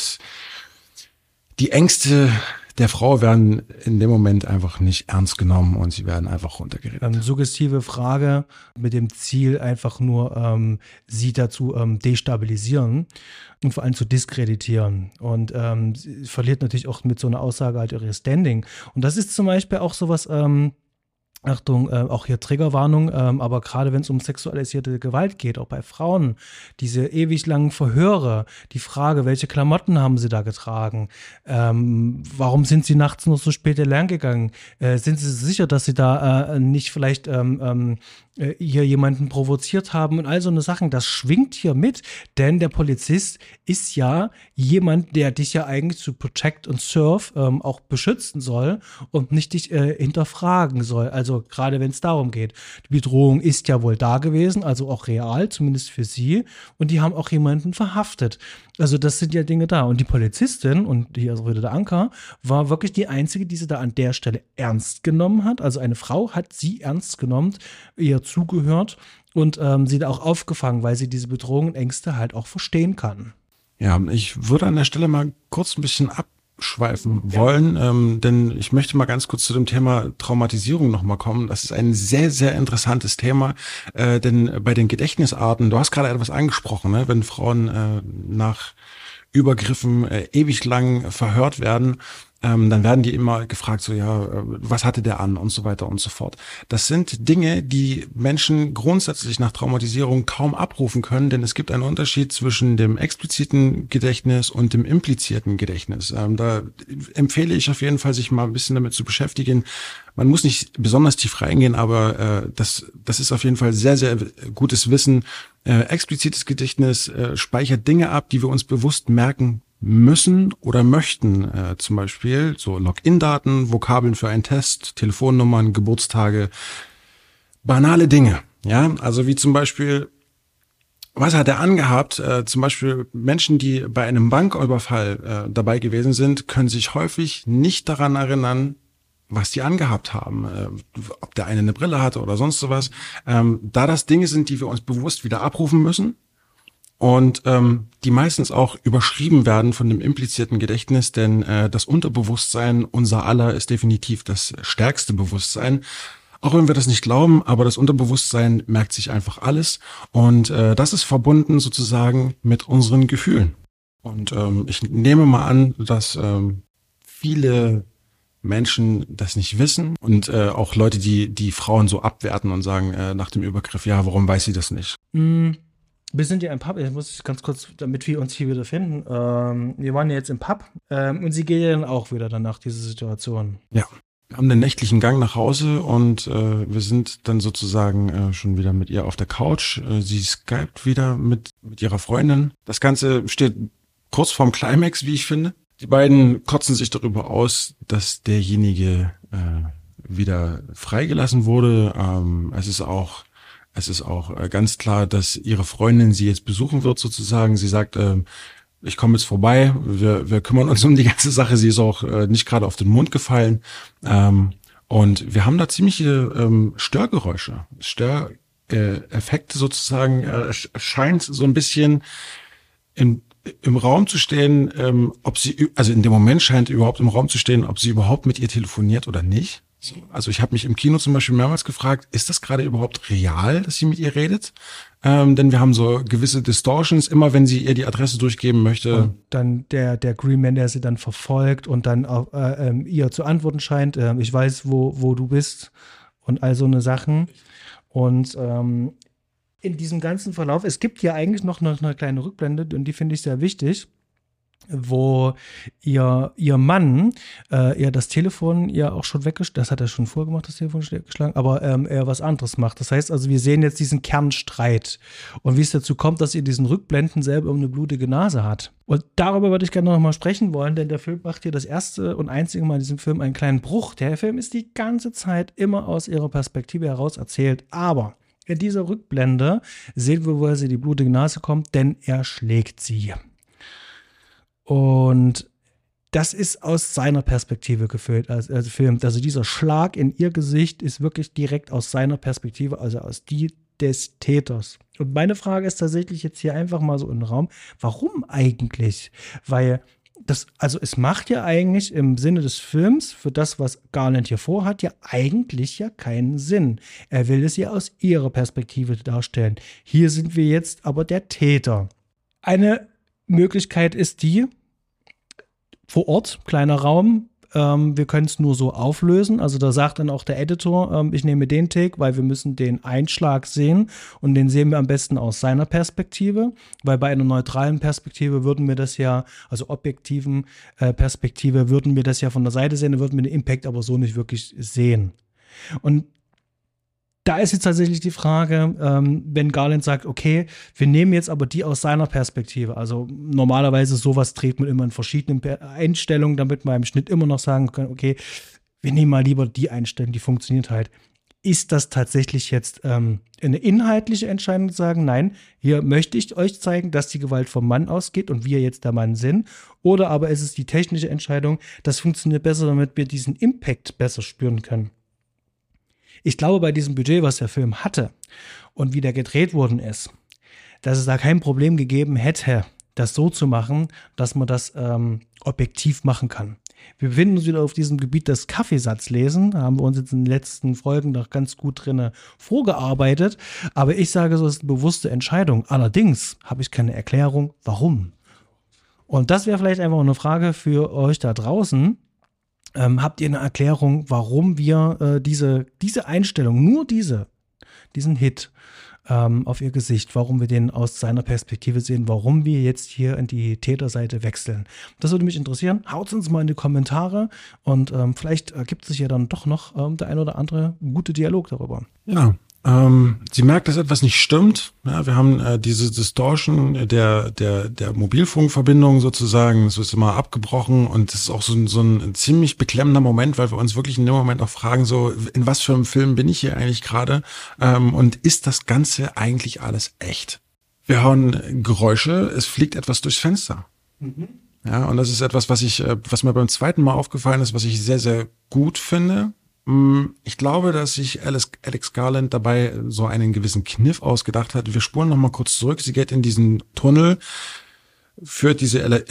die Ängste der Frau werden in dem Moment einfach nicht ernst genommen und sie werden einfach runtergeredet. Suggestive Frage mit dem Ziel, einfach nur sie dazu destabilisieren und vor allem zu diskreditieren. Und sie verliert natürlich auch mit so einer Aussage halt ihr Standing. Und das ist zum Beispiel auch sowas, Achtung, auch hier Triggerwarnung, aber gerade wenn es um sexualisierte Gewalt geht, auch bei Frauen, diese ewig langen Verhöre, die Frage, welche Klamotten haben sie da getragen, warum sind sie nachts noch so spät lernen gegangen, sind sie sicher, dass sie da nicht vielleicht hier jemanden provoziert haben und all so eine Sachen, das schwingt hier mit, denn der Polizist ist ja jemand, der dich ja eigentlich zu Protect and Serve auch beschützen soll und nicht dich hinterfragen soll, also gerade wenn es darum geht. Die Bedrohung ist ja wohl da gewesen, also auch real, zumindest für sie, und die haben auch jemanden verhaftet. Also das sind ja Dinge da. Und die Polizistin, und hier ist wieder der Anker, war wirklich die einzige, die sie da an der Stelle ernst genommen hat. Also eine Frau hat sie ernst genommen, ihr zugehört und sie da auch aufgefangen, weil sie diese Bedrohungen und Ängste halt auch verstehen kann. Ja, ich würde an der Stelle mal kurz ein bisschen abschweifen wollen, denn ich möchte mal ganz kurz zu dem Thema Traumatisierung nochmal kommen. Das ist ein sehr, sehr interessantes Thema, denn bei den Gedächtnisarten, du hast gerade etwas angesprochen, ne, wenn Frauen nach Übergriffen ewig lang verhört werden, dann werden die immer gefragt, so ja, was hatte der an und so weiter und so fort. Das sind Dinge, die Menschen grundsätzlich nach Traumatisierung kaum abrufen können, denn es gibt einen Unterschied zwischen dem expliziten Gedächtnis und dem implizierten Gedächtnis. Da empfehle ich auf jeden Fall, sich mal ein bisschen damit zu beschäftigen. Man muss nicht besonders tief reingehen, aber das ist auf jeden Fall sehr, sehr gutes Wissen. Explizites Gedächtnis speichert Dinge ab, die wir uns bewusst merken müssen oder möchten. Zum Beispiel so Login-Daten, Vokabeln für einen Test, Telefonnummern, Geburtstage, banale Dinge. Ja, also wie zum Beispiel, was hat er angehabt? Zum Beispiel Menschen, die bei einem Banküberfall dabei gewesen sind, können sich häufig nicht daran erinnern, was die angehabt haben, ob der eine Brille hatte oder sonst sowas. Da das Dinge sind, die wir uns bewusst wieder abrufen müssen und die meistens auch überschrieben werden von dem implizierten Gedächtnis, denn das Unterbewusstsein unser aller ist definitiv das stärkste Bewusstsein. Auch wenn wir das nicht glauben, aber das Unterbewusstsein merkt sich einfach alles und das ist verbunden sozusagen mit unseren Gefühlen. Und ich nehme mal an, dass viele Menschen das nicht wissen und auch Leute, die Frauen so abwerten und sagen nach dem Übergriff, ja, warum weiß sie das nicht? Wir sind ja im Pub, ich muss ganz kurz, damit wir uns hier wieder finden. Wir waren ja jetzt im Pub und sie geht ja dann auch wieder danach, diese Situation. Ja, wir haben den nächtlichen Gang nach Hause und wir sind dann sozusagen schon wieder mit ihr auf der Couch. Sie skypt wieder mit ihrer Freundin. Das Ganze steht kurz vorm Climax, wie ich finde. Die beiden kotzen sich darüber aus, dass derjenige wieder freigelassen wurde. Es ist auch ganz klar, dass ihre Freundin sie jetzt besuchen wird sozusagen. Sie sagt, ich komme jetzt vorbei, wir kümmern uns um die ganze Sache. Sie ist auch nicht gerade auf den Mund gefallen. Und wir haben da ziemliche Störgeräusche, Störeffekte sozusagen. Scheint so ein bisschen im Raum zu stehen, also in dem Moment scheint überhaupt im Raum zu stehen, ob sie überhaupt mit ihr telefoniert oder nicht. Also ich habe mich im Kino zum Beispiel mehrmals gefragt, ist das gerade überhaupt real, dass sie mit ihr redet? Denn wir haben so gewisse Distortions, immer wenn sie ihr die Adresse durchgeben möchte. Und dann der Green Man, der sie dann verfolgt und dann auch, ihr zu antworten scheint, ich weiß, wo du bist und all so eine Sachen. Und in diesem ganzen Verlauf, es gibt ja eigentlich noch eine kleine Rückblende und die finde ich sehr wichtig, wo ihr Mann ihr das Telefon ja auch schon weggeschlagen, das hat er schon vorgemacht, das Telefon weggeschlagen, aber er was anderes macht. Das heißt also, wir sehen jetzt diesen Kernstreit und wie es dazu kommt, dass ihr diesen Rückblenden selber eine blutige Nase hat. Und darüber würde ich gerne noch mal sprechen wollen, denn der Film macht hier das erste und einzige Mal in diesem Film einen kleinen Bruch. Der Film ist die ganze Zeit immer aus ihrer Perspektive heraus erzählt, aber in dieser Rückblende sehen wir, woher sie die blutige Nase kommt, denn er schlägt sie. Und das ist aus seiner Perspektive gefilmt. Also dieser Schlag in ihr Gesicht ist wirklich direkt aus seiner Perspektive, also aus die des Täters. Und meine Frage ist tatsächlich jetzt hier einfach mal so im Raum, warum eigentlich? Weil es macht ja eigentlich im Sinne des Films, für das, was Garland hier vorhat, ja eigentlich ja keinen Sinn. Er will es ja aus ihrer Perspektive darstellen. Hier sind wir jetzt aber der Täter. Eine Möglichkeit ist die, vor Ort, kleiner Raum, wir können es nur so auflösen. Also da sagt dann auch der Editor, ich nehme den Take, weil wir müssen den Einschlag sehen und den sehen wir am besten aus seiner Perspektive, weil bei einer neutralen Perspektive würden wir das ja, also objektiven Perspektive würden wir das ja von der Seite sehen, dann würden wir den Impact aber so nicht wirklich sehen. Und da ist jetzt tatsächlich die Frage, wenn Garland sagt, okay, wir nehmen jetzt aber die aus seiner Perspektive. Also normalerweise sowas dreht man immer in verschiedenen Einstellungen, damit wir im Schnitt immer noch sagen können, okay, wir nehmen mal lieber die Einstellung, die funktioniert halt. Ist das tatsächlich jetzt eine inhaltliche Entscheidung zu sagen, nein, hier möchte ich euch zeigen, dass die Gewalt vom Mann ausgeht und wir jetzt der Mann sind? Oder aber ist es die technische Entscheidung, das funktioniert besser, damit wir diesen Impact besser spüren können? Ich glaube, bei diesem Budget, was der Film hatte und wie der gedreht worden ist, dass es da kein Problem gegeben hätte, das so zu machen, dass man das objektiv machen kann. Wir befinden uns wieder auf diesem Gebiet des Kaffeesatzlesen. Da haben wir uns jetzt in den letzten Folgen noch ganz gut drin vorgearbeitet. Aber ich sage so, es ist eine bewusste Entscheidung. Allerdings habe ich keine Erklärung, warum. Und das wäre vielleicht einfach eine Frage für euch da draußen. Habt ihr eine Erklärung, warum wir diese Einstellung, nur diesen Hit auf ihr Gesicht, warum wir den aus seiner Perspektive sehen, warum wir jetzt hier in die Täterseite wechseln? Das würde mich interessieren. Haut uns mal in die Kommentare und vielleicht ergibt sich ja dann doch noch der ein oder andere gute Dialog darüber. Ja. Sie merkt, dass etwas nicht stimmt. Ja, wir haben diese Distortion der Mobilfunkverbindung sozusagen. Es ist immer abgebrochen und das ist auch so ein ziemlich beklemmender Moment, weil wir uns wirklich in dem Moment auch fragen, so in was für einem Film bin ich hier eigentlich gerade und ist das Ganze eigentlich alles echt? Wir hören Geräusche, es fliegt etwas durchs Fenster. Mhm. Ja, und das ist etwas, was mir beim zweiten Mal aufgefallen ist, was ich sehr, sehr gut finde. Ich glaube, dass sich Alex Garland dabei so einen gewissen Kniff ausgedacht hat. Wir spulen noch mal kurz zurück. Sie geht in diesen Tunnel, sie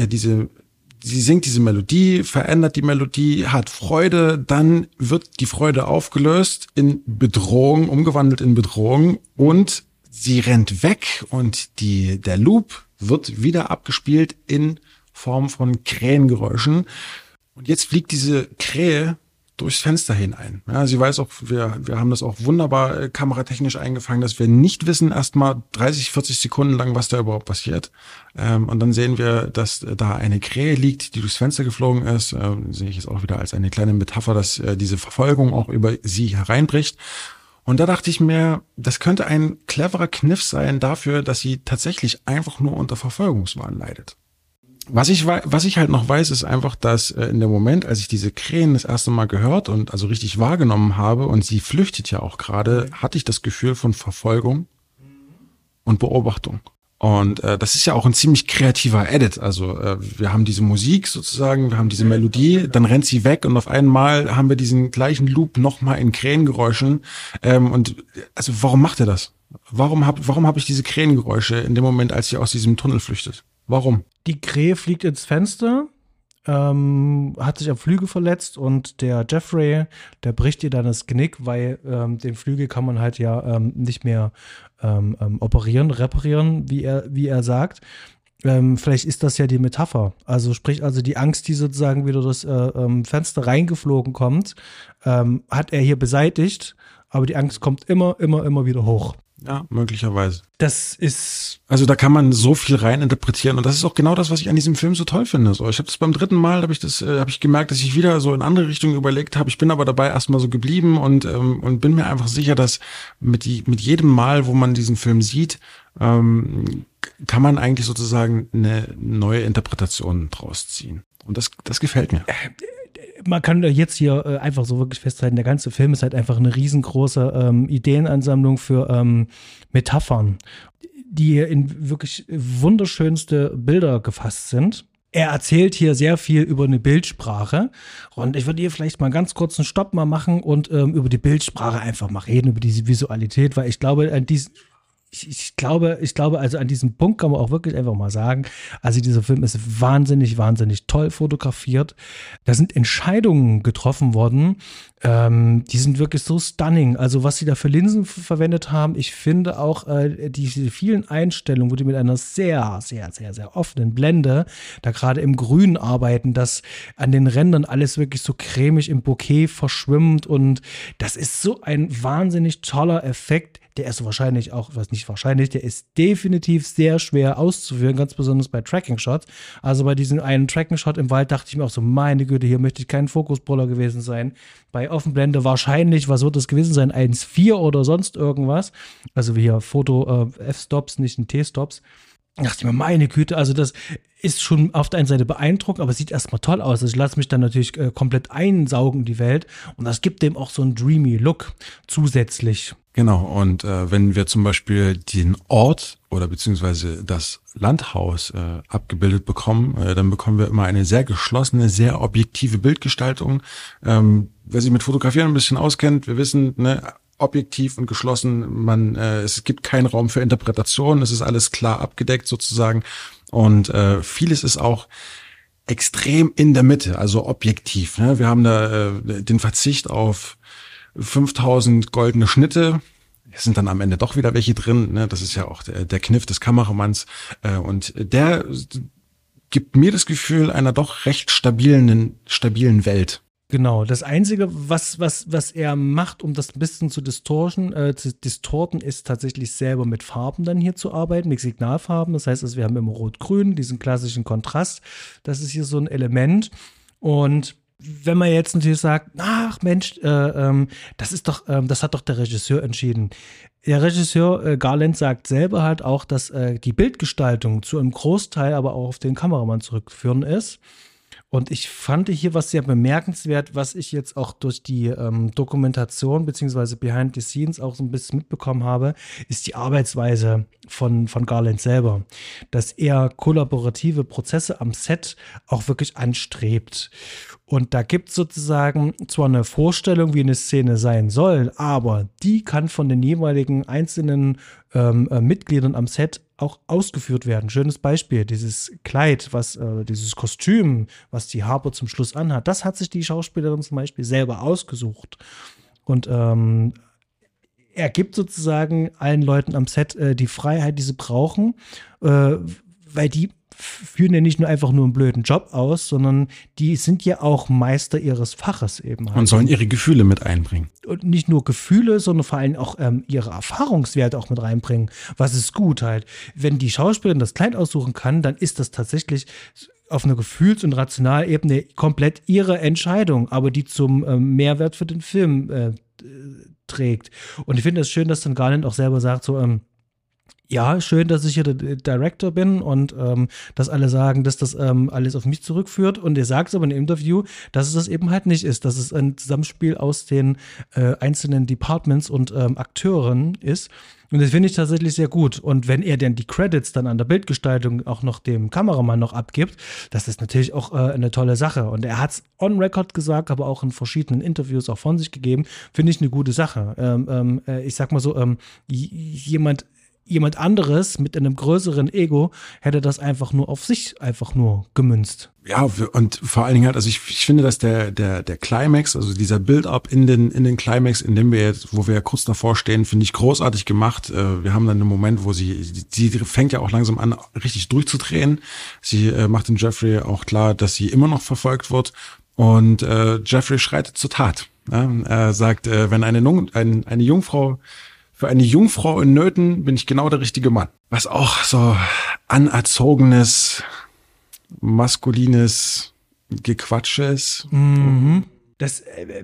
singt diese Melodie, verändert die Melodie, hat Freude, dann wird die Freude aufgelöst in Bedrohung, umgewandelt in Bedrohung und sie rennt weg und der Loop wird wieder abgespielt in Form von Krähengeräuschen. Und jetzt fliegt diese Krähe durchs Fenster hinein. Ja, sie weiß auch, wir haben das auch wunderbar kameratechnisch eingefangen, dass wir nicht wissen erstmal 30, 40 Sekunden lang, was da überhaupt passiert. Und dann sehen wir, dass da eine Krähe liegt, die durchs Fenster geflogen ist. Sehe ich jetzt auch wieder als eine kleine Metapher, dass diese Verfolgung auch über sie hereinbricht. Und da dachte ich mir, das könnte ein cleverer Kniff sein dafür, dass sie tatsächlich einfach nur unter Verfolgungswahn leidet. Was ich halt noch weiß, ist einfach, dass in dem Moment, als ich diese Krähen das erste Mal gehört und also richtig wahrgenommen habe und sie flüchtet ja auch gerade, hatte ich das Gefühl von Verfolgung und Beobachtung. Und das ist ja auch ein ziemlich kreativer Edit. Also wir haben diese Musik sozusagen, wir haben diese Melodie, dann rennt sie weg und auf einmal haben wir diesen gleichen Loop nochmal in Krähengeräuschen. Und also warum macht er das? Warum hab ich diese Krähengeräusche in dem Moment, als sie aus diesem Tunnel flüchtet? Warum? Die Krähe fliegt ins Fenster, hat sich am Flügel verletzt und der Jeffrey, der bricht ihr dann das Genick, weil den Flügel kann man halt ja nicht mehr reparieren, wie er sagt. Vielleicht ist das ja die Metapher. Also sprich, die Angst, die sozusagen wieder das Fenster reingeflogen kommt, hat er hier beseitigt, aber die Angst kommt immer wieder hoch. Ja, möglicherweise. Das ist... Also da kann man so viel reininterpretieren und das ist auch genau das, was ich an diesem Film so toll finde. So, ich habe das beim dritten Mal, habe ich gemerkt, dass ich wieder so in andere Richtungen überlegt habe. Ich bin aber dabei erstmal so geblieben und bin mir einfach sicher, dass mit jedem Mal, wo man diesen Film sieht, kann man eigentlich sozusagen eine neue Interpretation draus ziehen. Und das gefällt mir. Man kann jetzt hier einfach so wirklich festhalten, der ganze Film ist halt einfach eine riesengroße Ideenansammlung für Metaphern, die in wirklich wunderschönste Bilder gefasst sind. Er erzählt hier sehr viel über eine Bildsprache und ich würde hier vielleicht mal ganz kurz einen Stopp mal machen und über die Bildsprache einfach mal reden, über diese Visualität, weil ich glaube, ich glaube, also an diesem Punkt kann man auch wirklich einfach mal sagen, also dieser Film ist wahnsinnig toll fotografiert. Da sind Entscheidungen getroffen worden, die sind wirklich so stunning. Also was sie da für Linsen verwendet haben, ich finde auch diese vielen Einstellungen, wo die mit einer sehr offenen Blende da gerade im Grün arbeiten, dass an den Rändern alles wirklich so cremig im Bouquet verschwimmt und das ist so ein wahnsinnig toller Effekt. Der ist wahrscheinlich auch, der ist definitiv sehr schwer auszuführen, ganz besonders bei Tracking-Shots. Also bei diesem einen Tracking-Shot im Wald dachte ich mir auch so, meine Güte, hier möchte ich kein Fokuspuller gewesen sein. Bei Offenblende wahrscheinlich, was wird das gewesen sein, 1,4 oder sonst irgendwas. Also wie hier Foto F-Stops, nicht ein T-Stops. Dachte ich mir, meine Güte, also das ist schon auf der einen Seite beeindruckend, aber es sieht erstmal toll aus. Also ich lasse mich dann natürlich komplett einsaugen in die Welt und das gibt dem auch so einen dreamy Look zusätzlich. Genau, und wenn wir zum Beispiel den Ort oder beziehungsweise das Landhaus abgebildet bekommen, dann bekommen wir immer eine sehr geschlossene, sehr objektive Bildgestaltung. Wer sich mit Fotografieren ein bisschen auskennt, wir wissen, ne, objektiv und geschlossen, es gibt keinen Raum für Interpretation, es ist alles klar abgedeckt sozusagen und vieles ist auch extrem in der Mitte, also objektiv. Ne? Wir haben da den Verzicht auf 5000 goldene Schnitte. Es sind dann am Ende doch wieder welche drin. Ne? Das ist ja auch der Kniff des Kameramanns. Und der gibt mir das Gefühl einer doch recht stabilen Welt. Genau, das Einzige, was er macht, um das ein bisschen zu distorten, ist tatsächlich selber mit Farben dann hier zu arbeiten, mit Signalfarben. Das heißt, also wir haben immer Rot-Grün, diesen klassischen Kontrast. Das ist hier so ein Element. Und wenn man jetzt natürlich sagt, ach Mensch, das hat doch der Regisseur entschieden. Der Regisseur Garland sagt selber halt auch, dass die Bildgestaltung zu einem Großteil aber auch auf den Kameramann zurückzuführen ist. Und ich fand hier was sehr bemerkenswert, was ich jetzt auch durch die Dokumentation beziehungsweise Behind the Scenes auch so ein bisschen mitbekommen habe, ist die Arbeitsweise von Garland selber. Dass er kollaborative Prozesse am Set auch wirklich anstrebt. Und da gibt es sozusagen zwar eine Vorstellung, wie eine Szene sein soll, aber die kann von den jeweiligen einzelnen Mitgliedern am Set auch ausgeführt werden. Schönes Beispiel, dieses Kleid, dieses Kostüm, was die Harper zum Schluss anhat, das hat sich die Schauspielerin zum Beispiel selber ausgesucht. Und er gibt sozusagen allen Leuten am Set die Freiheit, die sie brauchen, weil die führen ja nicht nur einfach nur einen blöden Job aus, sondern die sind ja auch Meister ihres Faches eben halt. Und sollen ihre Gefühle mit einbringen. Und nicht nur Gefühle, sondern vor allem auch ihre Erfahrungswerte auch mit reinbringen. Was ist gut halt. Wenn die Schauspielerin das Kleid aussuchen kann, dann ist das tatsächlich auf einer Gefühls- und Rationalebene komplett ihre Entscheidung, aber die zum Mehrwert für den Film trägt. Und ich finde es schön, dass dann Garland auch selber sagt, so, ja, schön, dass ich hier der Director bin und dass alle sagen, dass das alles auf mich zurückführt. Und er sagt es aber in dem Interview, dass es das eben halt nicht ist, dass es ein Zusammenspiel aus den einzelnen Departments und Akteuren ist. Und das finde ich tatsächlich sehr gut. Und wenn er denn die Credits dann an der Bildgestaltung auch noch dem Kameramann noch abgibt, das ist natürlich auch eine tolle Sache. Und er hat es on record gesagt, aber auch in verschiedenen Interviews auch von sich gegeben. Finde ich eine gute Sache. Ich sag mal so, jemand anderes mit einem größeren Ego hätte das einfach nur auf sich einfach nur gemünzt. Ja, und vor allen Dingen halt, also ich finde, dass der Climax, also dieser Build-up in den Climax, in dem wo wir kurz davor stehen, finde ich großartig gemacht. Wir haben dann einen Moment, wo sie fängt ja auch langsam an, richtig durchzudrehen. Sie macht dem Jeffrey auch klar, dass sie immer noch verfolgt wird. Und Jeffrey schreitet zur Tat. Ja? Er sagt, wenn eine Jungfrau für eine Jungfrau in Nöten bin ich genau der richtige Mann. Was auch so anerzogenes, maskulines Gequatsche ist. Mhm. Das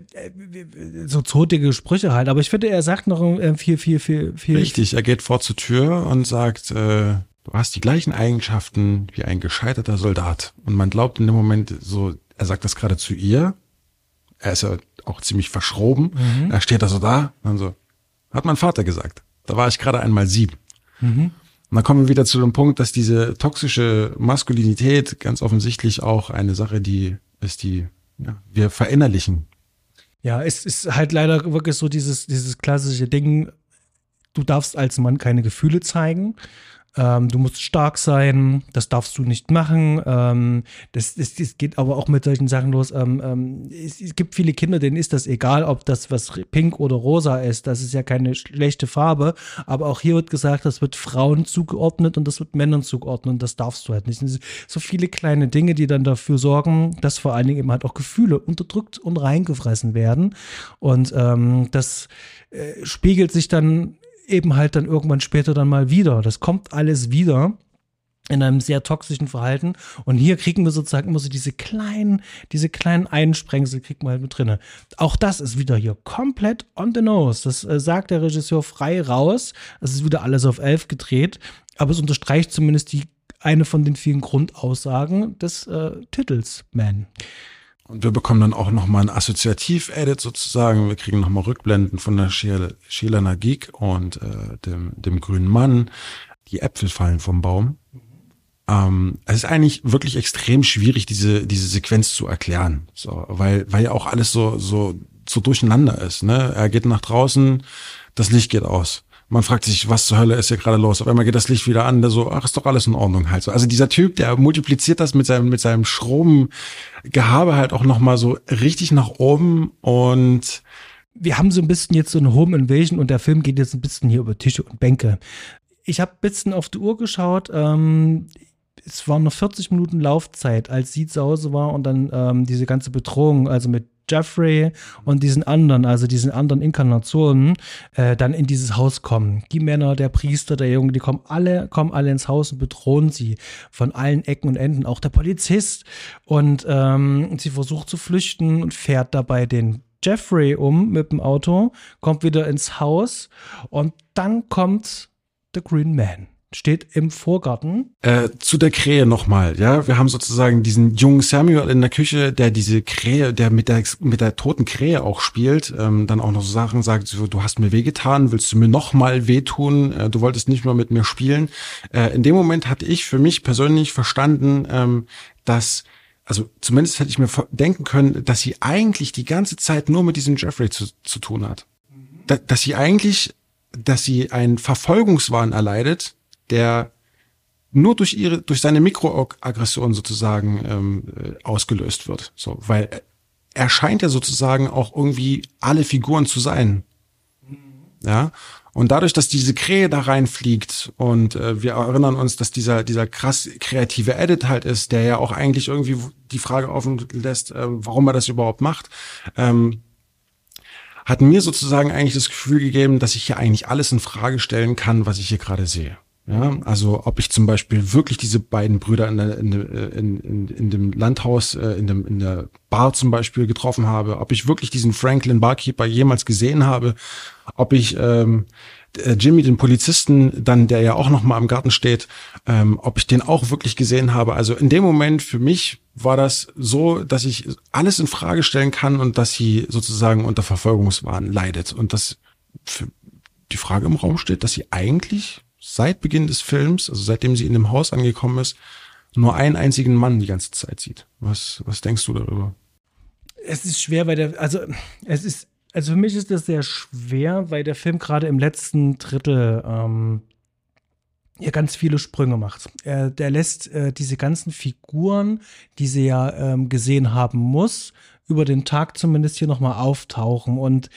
so zotige Sprüche halt. Aber ich finde, er sagt noch viel. Richtig, er geht vor zur Tür und sagt, du hast die gleichen Eigenschaften wie ein gescheiterter Soldat. Und man glaubt in dem Moment so, er sagt das gerade zu ihr. Er ist ja auch ziemlich verschroben. Mhm. Er steht da so da und so. Hat mein Vater gesagt. Da war ich gerade einmal 7. Mhm. Und dann kommen wir wieder zu dem Punkt, dass diese toxische Maskulinität ganz offensichtlich auch eine Sache, die wir verinnerlichen. Ja, es ist halt leider wirklich so dieses klassische Ding, du darfst als Mann keine Gefühle zeigen. Du musst stark sein, das darfst du nicht machen. Das geht aber auch mit solchen Sachen los. Es gibt viele Kinder, denen ist das egal, ob das was pink oder rosa ist. Das ist ja keine schlechte Farbe. Aber auch hier wird gesagt, das wird Frauen zugeordnet und das wird Männern zugeordnet und das darfst du halt nicht. Das sind so viele kleine Dinge, die dann dafür sorgen, dass vor allen Dingen eben halt auch Gefühle unterdrückt und reingefressen werden. Und das spiegelt sich dann eben halt dann irgendwann später dann mal wieder. Das kommt alles wieder in einem sehr toxischen Verhalten. Und hier kriegen wir sozusagen immer so diese kleinen Einsprengsel kriegen wir halt mit drinne. Auch das ist wieder hier komplett on the nose. Das sagt der Regisseur frei raus. Es ist wieder alles auf 11 gedreht. Aber es unterstreicht zumindest eine von den vielen Grundaussagen des Titels Man. Und wir bekommen dann auch nochmal ein Assoziativ-Edit sozusagen. Wir kriegen nochmal Rückblenden von der Sheila Nagik und dem grünen Mann. Die Äpfel fallen vom Baum. Es ist eigentlich wirklich extrem schwierig, diese Sequenz zu erklären. So, weil ja auch alles so durcheinander ist. Ne? Er geht nach draußen, das Licht geht aus. Man fragt sich, was zur Hölle ist hier gerade los? Auf einmal geht das Licht wieder an, der so, ach, ist doch alles in Ordnung halt so. Also dieser Typ, der multipliziert das mit seinem schroben Gehabe halt auch nochmal so richtig nach oben und wir haben so ein bisschen jetzt so eine Home Invasion und der Film geht jetzt ein bisschen hier über Tische und Bänke. Ich habe ein bisschen auf die Uhr geschaut, es waren noch 40 Minuten Laufzeit, als sie zu Hause war und dann diese ganze Bedrohung, also mit Jeffrey und diesen anderen Inkarnationen dann in dieses Haus kommen. Die Männer, der Priester, der Junge, die kommen alle ins Haus und bedrohen sie von allen Ecken und Enden, auch der Polizist. Und sie versucht zu flüchten und fährt dabei den Jeffrey um mit dem Auto, kommt wieder ins Haus und dann kommt der Green Man. Steht im Vorgarten. Zu der Krähe nochmal, ja. Wir haben sozusagen diesen jungen Samuel in der Küche, der diese Krähe, der mit der toten Krähe auch spielt, dann auch noch so Sachen sagt, so, du hast mir wehgetan, willst du mir nochmal wehtun, du wolltest nicht mehr mit mir spielen. In dem Moment hatte ich für mich persönlich verstanden, dass, also zumindest hätte ich mir denken können, dass sie eigentlich die ganze Zeit nur mit diesem Jeffrey zu tun hat. Dass sie einen Verfolgungswahn erleidet, der nur durch seine Mikroaggression sozusagen ausgelöst wird. So, weil er scheint ja sozusagen auch irgendwie alle Figuren zu sein. Ja. Und dadurch, dass diese Krähe da reinfliegt und wir erinnern uns, dass dieser krass kreative Edit halt ist, der ja auch eigentlich irgendwie die Frage offen lässt, warum er das überhaupt macht, hat mir sozusagen eigentlich das Gefühl gegeben, dass ich hier eigentlich alles in Frage stellen kann, was ich hier gerade sehe. Ja, also ob ich zum Beispiel wirklich diese beiden Brüder in dem Landhaus, in der Bar zum Beispiel getroffen habe, ob ich wirklich diesen Franklin Barkeeper jemals gesehen habe, ob ich Jimmy, den Polizisten, dann der ja auch noch mal im Garten steht, ob ich den auch wirklich gesehen habe. Also in dem Moment für mich war das so, dass ich alles in Frage stellen kann und dass sie sozusagen unter Verfolgungswahn leidet und dass für die Frage im Raum steht, dass sie eigentlich seit Beginn des Films, also seitdem sie in dem Haus angekommen ist, nur einen einzigen Mann die ganze Zeit sieht. Was denkst du darüber? Es ist schwer, also für mich ist das sehr schwer, weil der Film gerade im letzten Drittel ja ganz viele Sprünge macht. Der lässt diese ganzen Figuren, die sie ja gesehen haben muss, über den Tag zumindest hier nochmal auftauchen und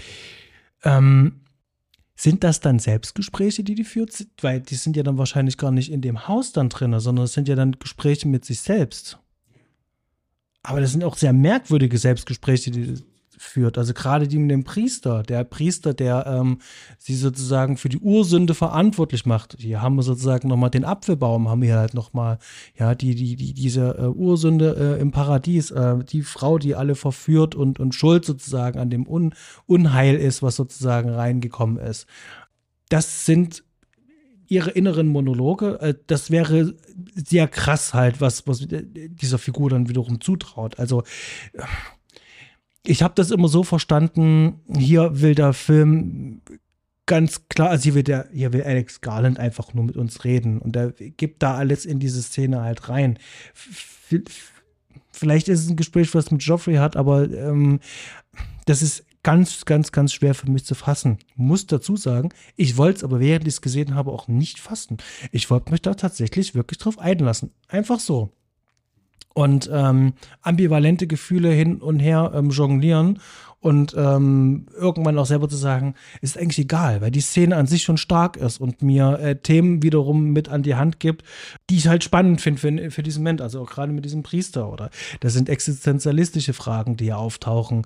sind das dann Selbstgespräche, die führt? Weil die sind ja dann wahrscheinlich gar nicht in dem Haus dann drin, sondern es sind ja dann Gespräche mit sich selbst. Aber das sind auch sehr merkwürdige Selbstgespräche, die führt. Also gerade die mit dem Priester. Der Priester, der sie sozusagen für die Ursünde verantwortlich macht. Hier haben wir sozusagen nochmal den Apfelbaum, haben wir halt nochmal, ja, diese Ursünde im Paradies. Die Frau, die alle verführt und schuld sozusagen an dem Unheil ist, was sozusagen reingekommen ist. Das sind ihre inneren Monologe. Das wäre sehr krass halt, was dieser Figur dann wiederum zutraut. Also ich habe das immer so verstanden, hier will der Film ganz klar, also hier will Alex Garland einfach nur mit uns reden und er gibt da alles in diese Szene halt rein. Vielleicht ist es ein Gespräch, was mit Joffrey hat, aber das ist ganz, ganz, ganz schwer für mich zu fassen. Muss dazu sagen, ich wollte es aber, während ich es gesehen habe, auch nicht fassen. Ich wollte mich da tatsächlich wirklich drauf einlassen. Einfach so. Und ambivalente Gefühle hin und her jonglieren und irgendwann auch selber zu sagen, ist eigentlich egal, weil die Szene an sich schon stark ist und mir Themen wiederum mit an die Hand gibt, die ich halt spannend finde für diesen Moment, also auch gerade mit diesem Priester oder das sind existenzialistische Fragen, die hier auftauchen.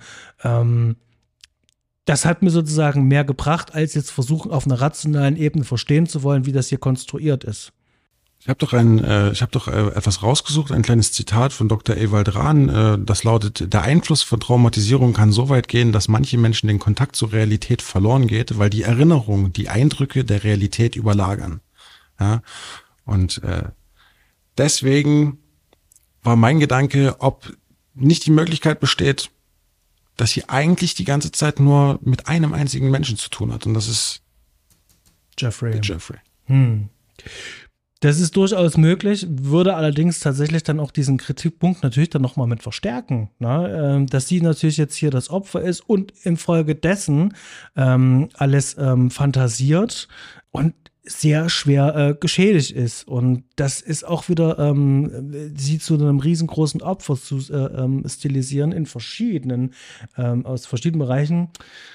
Das hat mir sozusagen mehr gebracht, als jetzt versuchen, auf einer rationalen Ebene verstehen zu wollen, wie das hier konstruiert ist. Ich habe doch etwas rausgesucht, ein kleines Zitat von Dr. Ewald Rahn, das lautet: Der Einfluss von Traumatisierung kann so weit gehen, dass manche Menschen den Kontakt zur Realität verloren geht, weil die Erinnerungen die Eindrücke der Realität überlagern. Ja? Und deswegen war mein Gedanke, ob nicht die Möglichkeit besteht, dass sie eigentlich die ganze Zeit nur mit einem einzigen Menschen zu tun hat. Und das ist Jeffrey. Hm. Das ist durchaus möglich, würde allerdings tatsächlich dann auch diesen Kritikpunkt natürlich dann nochmal mit verstärken, ne? Dass sie natürlich jetzt hier das Opfer ist und infolgedessen alles fantasiert und sehr schwer geschädigt ist. Und das ist auch wieder, sie zu einem riesengroßen Opfer zu stilisieren in aus verschiedenen Bereichen.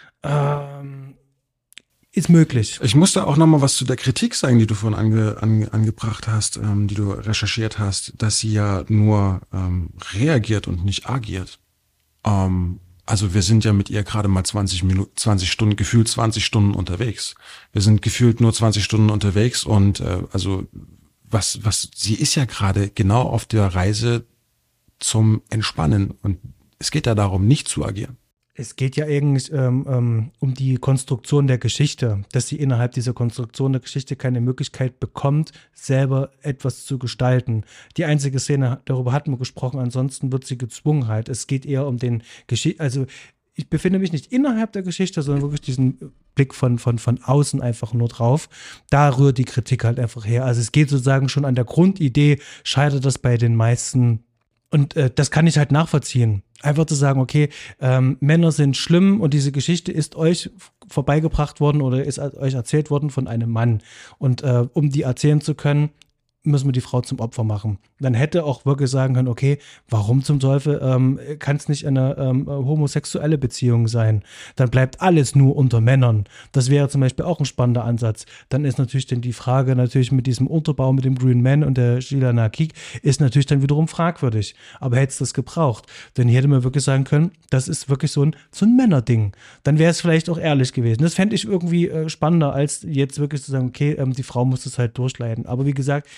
Ist möglich. Ich musste auch noch mal was zu der Kritik sagen, die du vorhin angebracht hast, die du recherchiert hast, dass sie ja nur reagiert und nicht agiert. Also wir sind ja mit ihr gerade mal 20 Stunden, gefühlt 20 Stunden unterwegs. Wir sind gefühlt nur 20 Stunden unterwegs und also was sie ist ja gerade genau auf der Reise zum Entspannen und es geht ja darum, nicht zu agieren. Es geht ja eigentlich um die Konstruktion der Geschichte, dass sie innerhalb dieser Konstruktion der Geschichte keine Möglichkeit bekommt, selber etwas zu gestalten. Die einzige Szene, darüber hatten wir gesprochen, ansonsten wird sie gezwungen halt. Es geht eher um den Geschichte, also ich befinde mich nicht innerhalb der Geschichte, sondern wirklich diesen Blick von außen einfach nur drauf. Da rührt die Kritik halt einfach her. Also es geht sozusagen schon an der Grundidee, scheitert das bei den meisten. Und das kann ich halt nachvollziehen. Einfach zu sagen, okay, Männer sind schlimm und diese Geschichte ist euch vorbeigebracht worden oder ist euch erzählt worden von einem Mann. Und um die erzählen zu können, müssen wir die Frau zum Opfer machen. Dann hätte auch wirklich sagen können, okay, warum zum Teufel kann es nicht eine homosexuelle Beziehung sein? Dann bleibt alles nur unter Männern. Das wäre zum Beispiel auch ein spannender Ansatz. Dann ist natürlich dann die Frage natürlich mit diesem Unterbau, mit dem Green Man und der Sheila Nakik, ist natürlich dann wiederum fragwürdig. Aber hätte es das gebraucht? Denn hier hätte man wirklich sagen können, das ist wirklich so ein Männerding. Dann wäre es vielleicht auch ehrlich gewesen. Das fände ich irgendwie spannender, als jetzt wirklich zu sagen, okay, die Frau muss das halt durchleiden. Aber wie gesagt,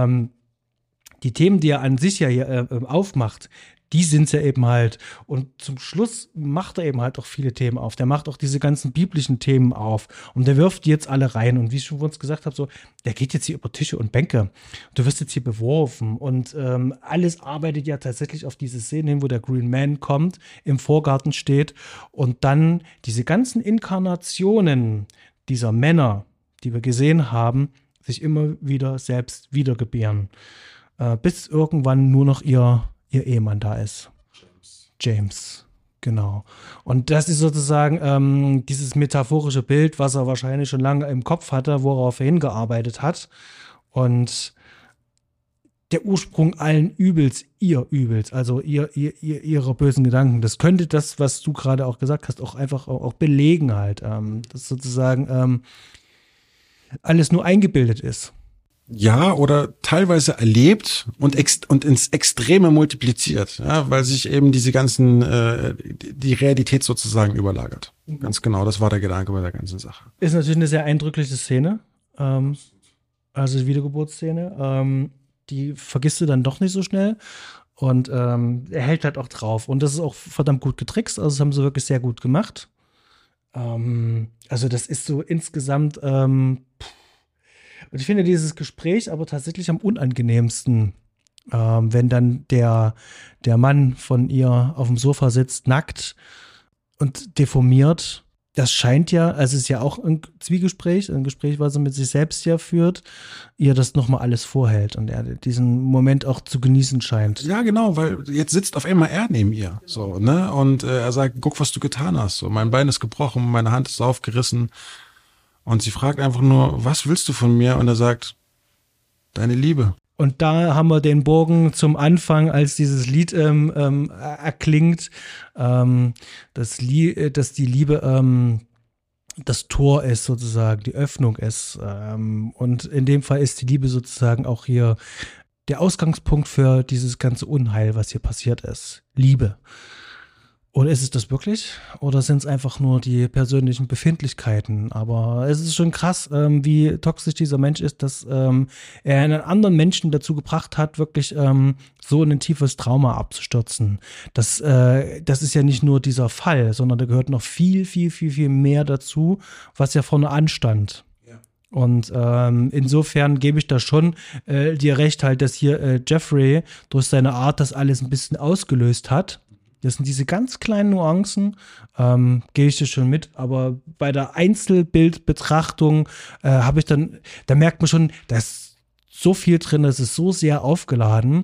die Themen, die er an sich ja hier aufmacht, die sind es ja eben halt. Und zum Schluss macht er eben halt auch viele Themen auf. Der macht auch diese ganzen biblischen Themen auf. Und der wirft die jetzt alle rein. Und wie ich schon vorhin gesagt habe, so, der geht jetzt hier über Tische und Bänke. Du wirst jetzt hier beworfen. Und alles arbeitet ja tatsächlich auf diese Szene hin, wo der Green Man kommt, im Vorgarten steht. Und dann diese ganzen Inkarnationen dieser Männer, die wir gesehen haben, sich immer wieder selbst wiedergebären. Bis irgendwann nur noch ihr Ehemann da ist. James, genau. Und das ist sozusagen dieses metaphorische Bild, was er wahrscheinlich schon lange im Kopf hatte, worauf er hingearbeitet hat. Und der Ursprung allen Übels, ihr Übels, also ihre bösen Gedanken. Das könnte das, was du gerade auch gesagt hast, auch einfach auch belegen halt. Das sozusagen alles nur eingebildet ist. Ja, oder teilweise erlebt und ins Extreme multipliziert, ja, weil sich eben diese ganzen, die Realität sozusagen überlagert. Ganz genau, das war der Gedanke bei der ganzen Sache. Ist natürlich eine sehr eindrückliche Szene, also die Wiedergeburtsszene, die vergisst du dann doch nicht so schnell und er hält halt auch drauf und das ist auch verdammt gut getrickst, also das haben sie wirklich sehr gut gemacht. Also das ist so insgesamt und ich finde dieses Gespräch aber tatsächlich am unangenehmsten, wenn dann der Mann von ihr auf dem Sofa sitzt, nackt und deformiert. Das scheint ja, also es ist ja auch ein Zwiegespräch, ein Gespräch, was er mit sich selbst ja führt, ihr das nochmal alles vorhält und er diesen Moment auch zu genießen scheint. Ja, genau, weil jetzt sitzt auf einmal er neben ihr, so, ne, und er sagt, guck, was du getan hast, so, mein Bein ist gebrochen, meine Hand ist aufgerissen. Und sie fragt einfach nur, was willst du von mir? Und er sagt, deine Liebe. Und da haben wir den Bogen zum Anfang, als dieses Lied erklingt, dass die Liebe das Tor ist sozusagen, die Öffnung ist. Und in dem Fall ist die Liebe sozusagen auch hier der Ausgangspunkt für dieses ganze Unheil, was hier passiert ist. Liebe. Oder ist es das wirklich? Oder sind es einfach nur die persönlichen Befindlichkeiten? Aber es ist schon krass, wie toxisch dieser Mensch ist, dass er einen anderen Menschen dazu gebracht hat, wirklich so in ein tiefes Trauma abzustürzen. Das ist ja nicht nur dieser Fall, sondern da gehört noch viel, viel, viel, viel mehr dazu, was ja vorne anstand. Ja. Und insofern gebe ich da schon dir recht halt, dass hier Jeffrey durch seine Art das alles ein bisschen ausgelöst hat. Das sind diese ganz kleinen Nuancen, gehe ich dir schon mit, aber bei der Einzelbildbetrachtung habe ich dann, da merkt man schon, da ist so viel drin, das ist so sehr aufgeladen,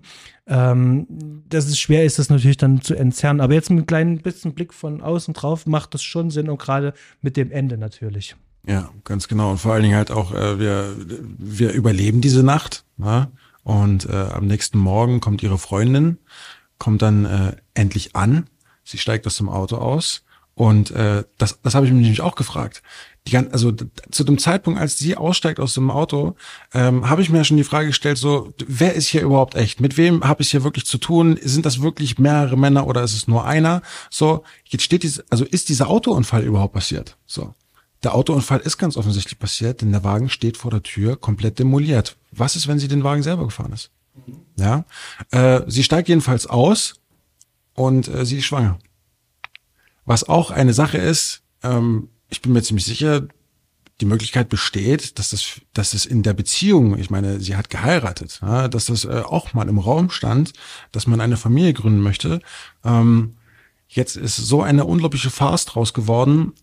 dass es schwer ist, das natürlich dann zu entzerren. Aber jetzt mit einem kleinen bisschen Blick von außen drauf macht das schon Sinn und gerade mit dem Ende natürlich. Ja, ganz genau. Und vor allen Dingen halt auch, wir überleben diese Nacht, ne? Und am nächsten Morgen kommt ihre Freundin, kommt dann endlich an. Sie steigt aus dem Auto aus Und das habe ich mich nämlich auch gefragt. Also zu dem Zeitpunkt, als sie aussteigt aus dem Auto, habe ich mir schon die Frage gestellt, so, wer ist hier überhaupt echt? Mit wem habe ich hier wirklich zu tun? Sind das wirklich mehrere Männer oder ist es nur einer? So, jetzt ist dieser Autounfall überhaupt passiert? So. Der Autounfall ist ganz offensichtlich passiert, denn der Wagen steht vor der Tür komplett demoliert. Was ist, wenn sie den Wagen selber gefahren ist? Ja. Sie steigt jedenfalls aus und sie ist schwanger. Was auch eine Sache ist, ich bin mir ziemlich sicher, die Möglichkeit besteht, dass es in der Beziehung, ich meine, sie hat geheiratet, ja, dass das auch mal im Raum stand, dass man eine Familie gründen möchte. Jetzt ist so eine unglaubliche Farce draus geworden,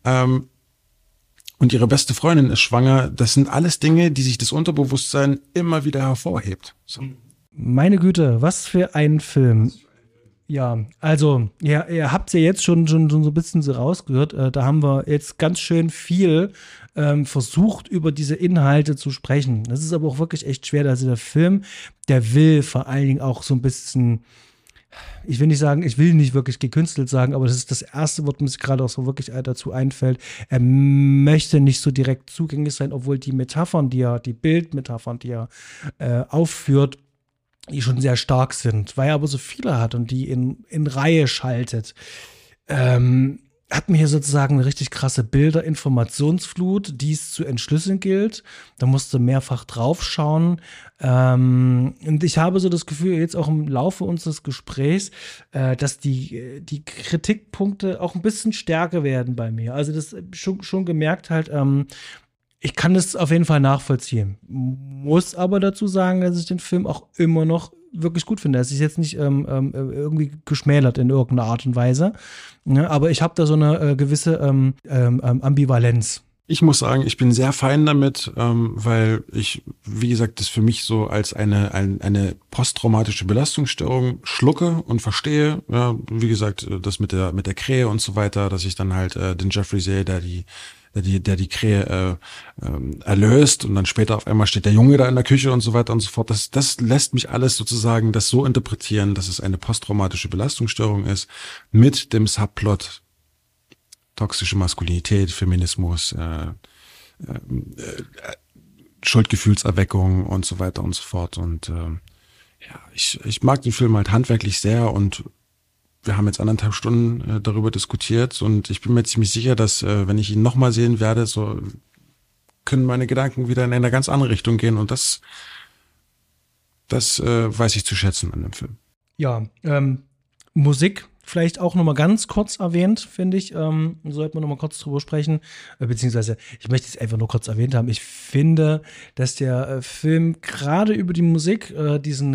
und ihre beste Freundin ist schwanger. Das sind alles Dinge, die sich das Unterbewusstsein immer wieder hervorhebt. So. Meine Güte, was für ein Film. Ja, also, ihr habt ja jetzt schon so ein bisschen so rausgehört. Da haben wir jetzt ganz schön viel versucht, über diese Inhalte zu sprechen. Das ist aber auch wirklich echt schwer. Also der Film, der will vor allen Dingen auch so ein bisschen, ich will nicht wirklich gekünstelt sagen, aber das ist das erste Wort, das mir gerade auch so wirklich dazu einfällt. Er möchte nicht so direkt zugänglich sein, obwohl die Bildmetaphern, die er aufführt, die schon sehr stark sind, weil er aber so viele hat und die in Reihe schaltet. Hat mir hier sozusagen eine richtig krasse Bilder-Informationsflut, die es zu entschlüsseln gilt. Da musste mehrfach draufschauen. Und ich habe so das Gefühl, jetzt auch im Laufe unseres Gesprächs, dass die Kritikpunkte auch ein bisschen stärker werden bei mir. Also das schon gemerkt halt, ich kann das auf jeden Fall nachvollziehen. Muss aber dazu sagen, dass ich den Film auch immer noch wirklich gut finde. Es ist jetzt nicht irgendwie geschmälert in irgendeiner Art und Weise. Ne? Aber ich habe da so eine gewisse Ambivalenz. Ich muss sagen, ich bin sehr fein damit, weil ich, wie gesagt, das für mich so als eine posttraumatische Belastungsstörung schlucke und verstehe. Ja, wie gesagt, das mit der Krähe und so weiter, dass ich dann halt den Jeffrey sehe, der die Krähe erlöst und dann später auf einmal steht der Junge da in der Küche und so weiter und so fort. Das lässt mich alles sozusagen das so interpretieren, dass es eine posttraumatische Belastungsstörung ist mit dem Subplot toxische Maskulinität, Feminismus, Schuldgefühlserweckung und so weiter und so fort. Und ich mag den Film halt handwerklich sehr und wir haben jetzt 1,5 Stunden darüber diskutiert und ich bin mir ziemlich sicher, dass wenn ich ihn nochmal sehen werde, so können meine Gedanken wieder in eine ganz andere Richtung gehen und das weiß ich zu schätzen an dem Film. Ja, Musik vielleicht auch nochmal ganz kurz erwähnt, finde ich. Sollten wir nochmal kurz drüber sprechen. Beziehungsweise, ich möchte es einfach nur kurz erwähnt haben. Ich finde, dass der Film gerade über die Musik diesen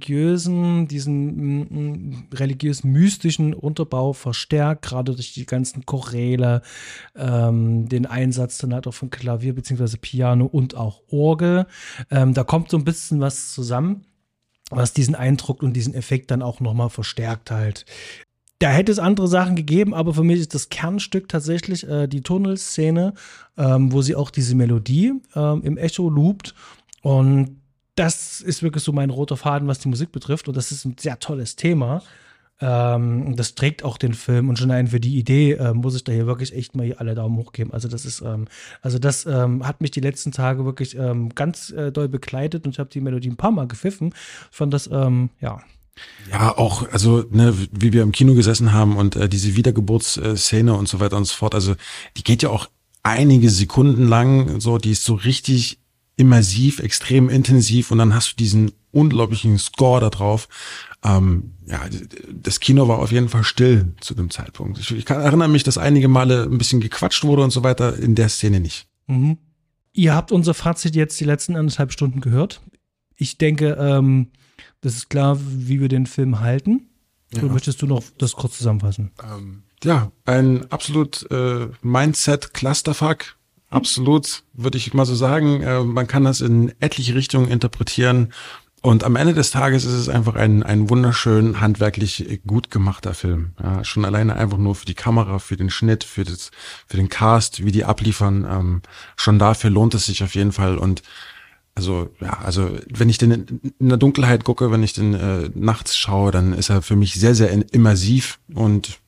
religiös-mystischen Unterbau verstärkt, gerade durch die ganzen Choräle, den Einsatz dann halt auch von Klavier beziehungsweise Piano und auch Orgel. Da kommt so ein bisschen was zusammen, was diesen Eindruck und diesen Effekt dann auch nochmal verstärkt halt. Da hätte es andere Sachen gegeben, aber für mich ist das Kernstück tatsächlich die Tunnelszene, wo sie auch diese Melodie im Echo loopt. Und das ist wirklich so mein roter Faden, was die Musik betrifft. Und das ist ein sehr tolles Thema. Das trägt auch den Film. Und schon allein für die Idee muss ich da hier wirklich echt mal hier alle Daumen hoch geben. Also das ist, hat mich die letzten Tage wirklich ganz doll begleitet. Und ich habe die Melodie ein paar Mal gepfiffen. Ich fand das, ja. Ja, auch, also, ne, wie wir im Kino gesessen haben und diese Wiedergeburtsszene und so weiter und so fort, also die geht ja auch einige Sekunden lang, so, die ist so richtig immersiv, extrem intensiv und dann hast du diesen unglaublichen Score da drauf. Ja, das Kino war auf jeden Fall still zu dem Zeitpunkt. Ich erinnere mich, dass einige Male ein bisschen gequatscht wurde und so weiter, in der Szene nicht. Mhm. Ihr habt unser Fazit jetzt die letzten 1,5 Stunden gehört. Ich denke, das ist klar, wie wir den Film halten. Ja. Oder möchtest du noch das kurz zusammenfassen? Ja, ein absolut Mindset-Clusterfuck. Absolut, würde ich mal so sagen. Man kann das in etliche Richtungen interpretieren. Und am Ende des Tages ist es einfach ein wunderschön, handwerklich gut gemachter Film. Ja, schon alleine einfach nur für die Kamera, für den Schnitt, für den Cast, wie die abliefern. Schon dafür lohnt es sich auf jeden Fall. Und also wenn ich den in der Dunkelheit gucke, wenn ich den nachts schaue, dann ist er für mich sehr, sehr immersiv und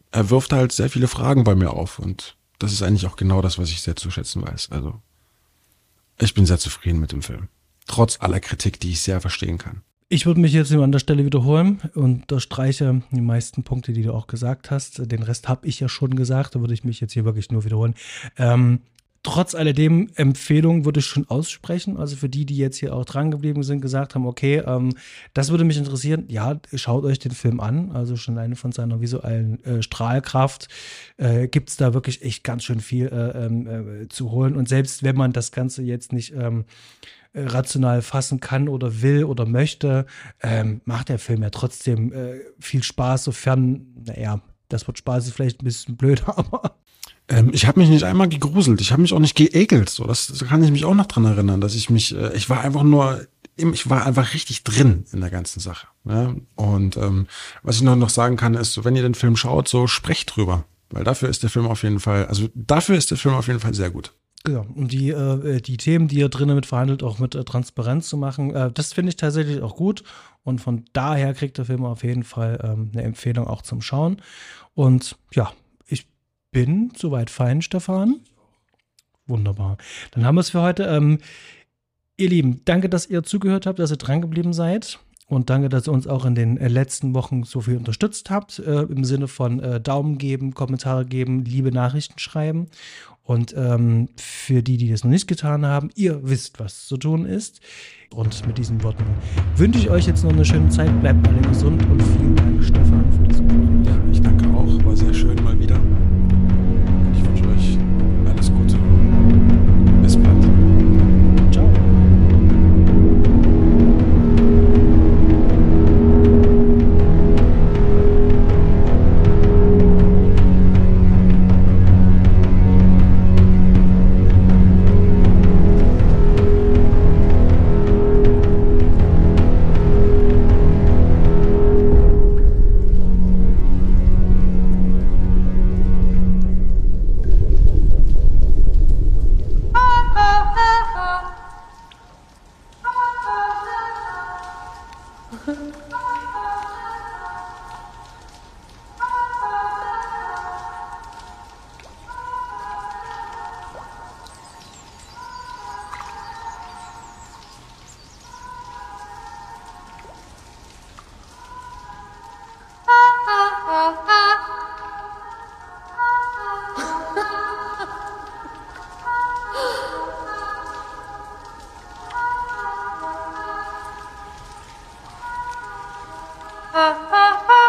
er wirft halt sehr viele Fragen bei mir auf und das ist eigentlich auch genau das, was ich sehr zu schätzen weiß. Also ich bin sehr zufrieden mit dem Film. Trotz aller Kritik, die ich sehr verstehen kann. Ich würde mich jetzt an der Stelle wiederholen und unterstreiche die meisten Punkte, die du auch gesagt hast. Den Rest habe ich ja schon gesagt, da würde ich mich jetzt hier wirklich nur wiederholen. Trotz alledem, Empfehlung würde ich schon aussprechen. Also für die, die jetzt hier auch dran geblieben sind, gesagt haben, okay, das würde mich interessieren. Ja, schaut euch den Film an. Also schon alleine von seiner visuellen Strahlkraft gibt es da wirklich echt ganz schön viel zu holen. Und selbst wenn man das Ganze jetzt nicht rational fassen kann oder will oder möchte, macht der Film ja trotzdem viel Spaß, sofern, naja, das Wort Spaß ist vielleicht ein bisschen blöd, aber ich habe mich nicht einmal gegruselt, ich habe mich auch nicht geekelt. So, das kann ich mich auch noch dran erinnern, dass ich mich, ich war einfach richtig drin in der ganzen Sache. Ja? Und was ich noch sagen kann, ist, so, wenn ihr den Film schaut, so sprecht drüber, weil dafür ist der Film auf jeden Fall sehr gut. ja, um die Themen, die er drinnen mit verhandelt, auch mit Transparenz zu machen, das finde ich tatsächlich auch gut. Und von daher kriegt der Film auf jeden Fall eine Empfehlung auch zum Schauen. Und ja, ich bin soweit fein, Stefan. Wunderbar. Dann haben wir es für heute. Ihr Lieben, danke, dass ihr zugehört habt, dass ihr dran geblieben seid. Und danke, dass ihr uns auch in den letzten Wochen so viel unterstützt habt. Im Sinne von Daumen geben, Kommentare geben, liebe Nachrichten schreiben. Und für die, die das noch nicht getan haben, ihr wisst, was zu tun ist. Und mit diesen Worten wünsche ich euch jetzt noch eine schöne Zeit. Bleibt alle gesund und vielen Dank, Stefan, für das Gespräch. Ja, ich danke auch. War sehr schön mal wieder. Ich wünsche euch alles Gute. Bis bald. Ciao. Ha ha ha!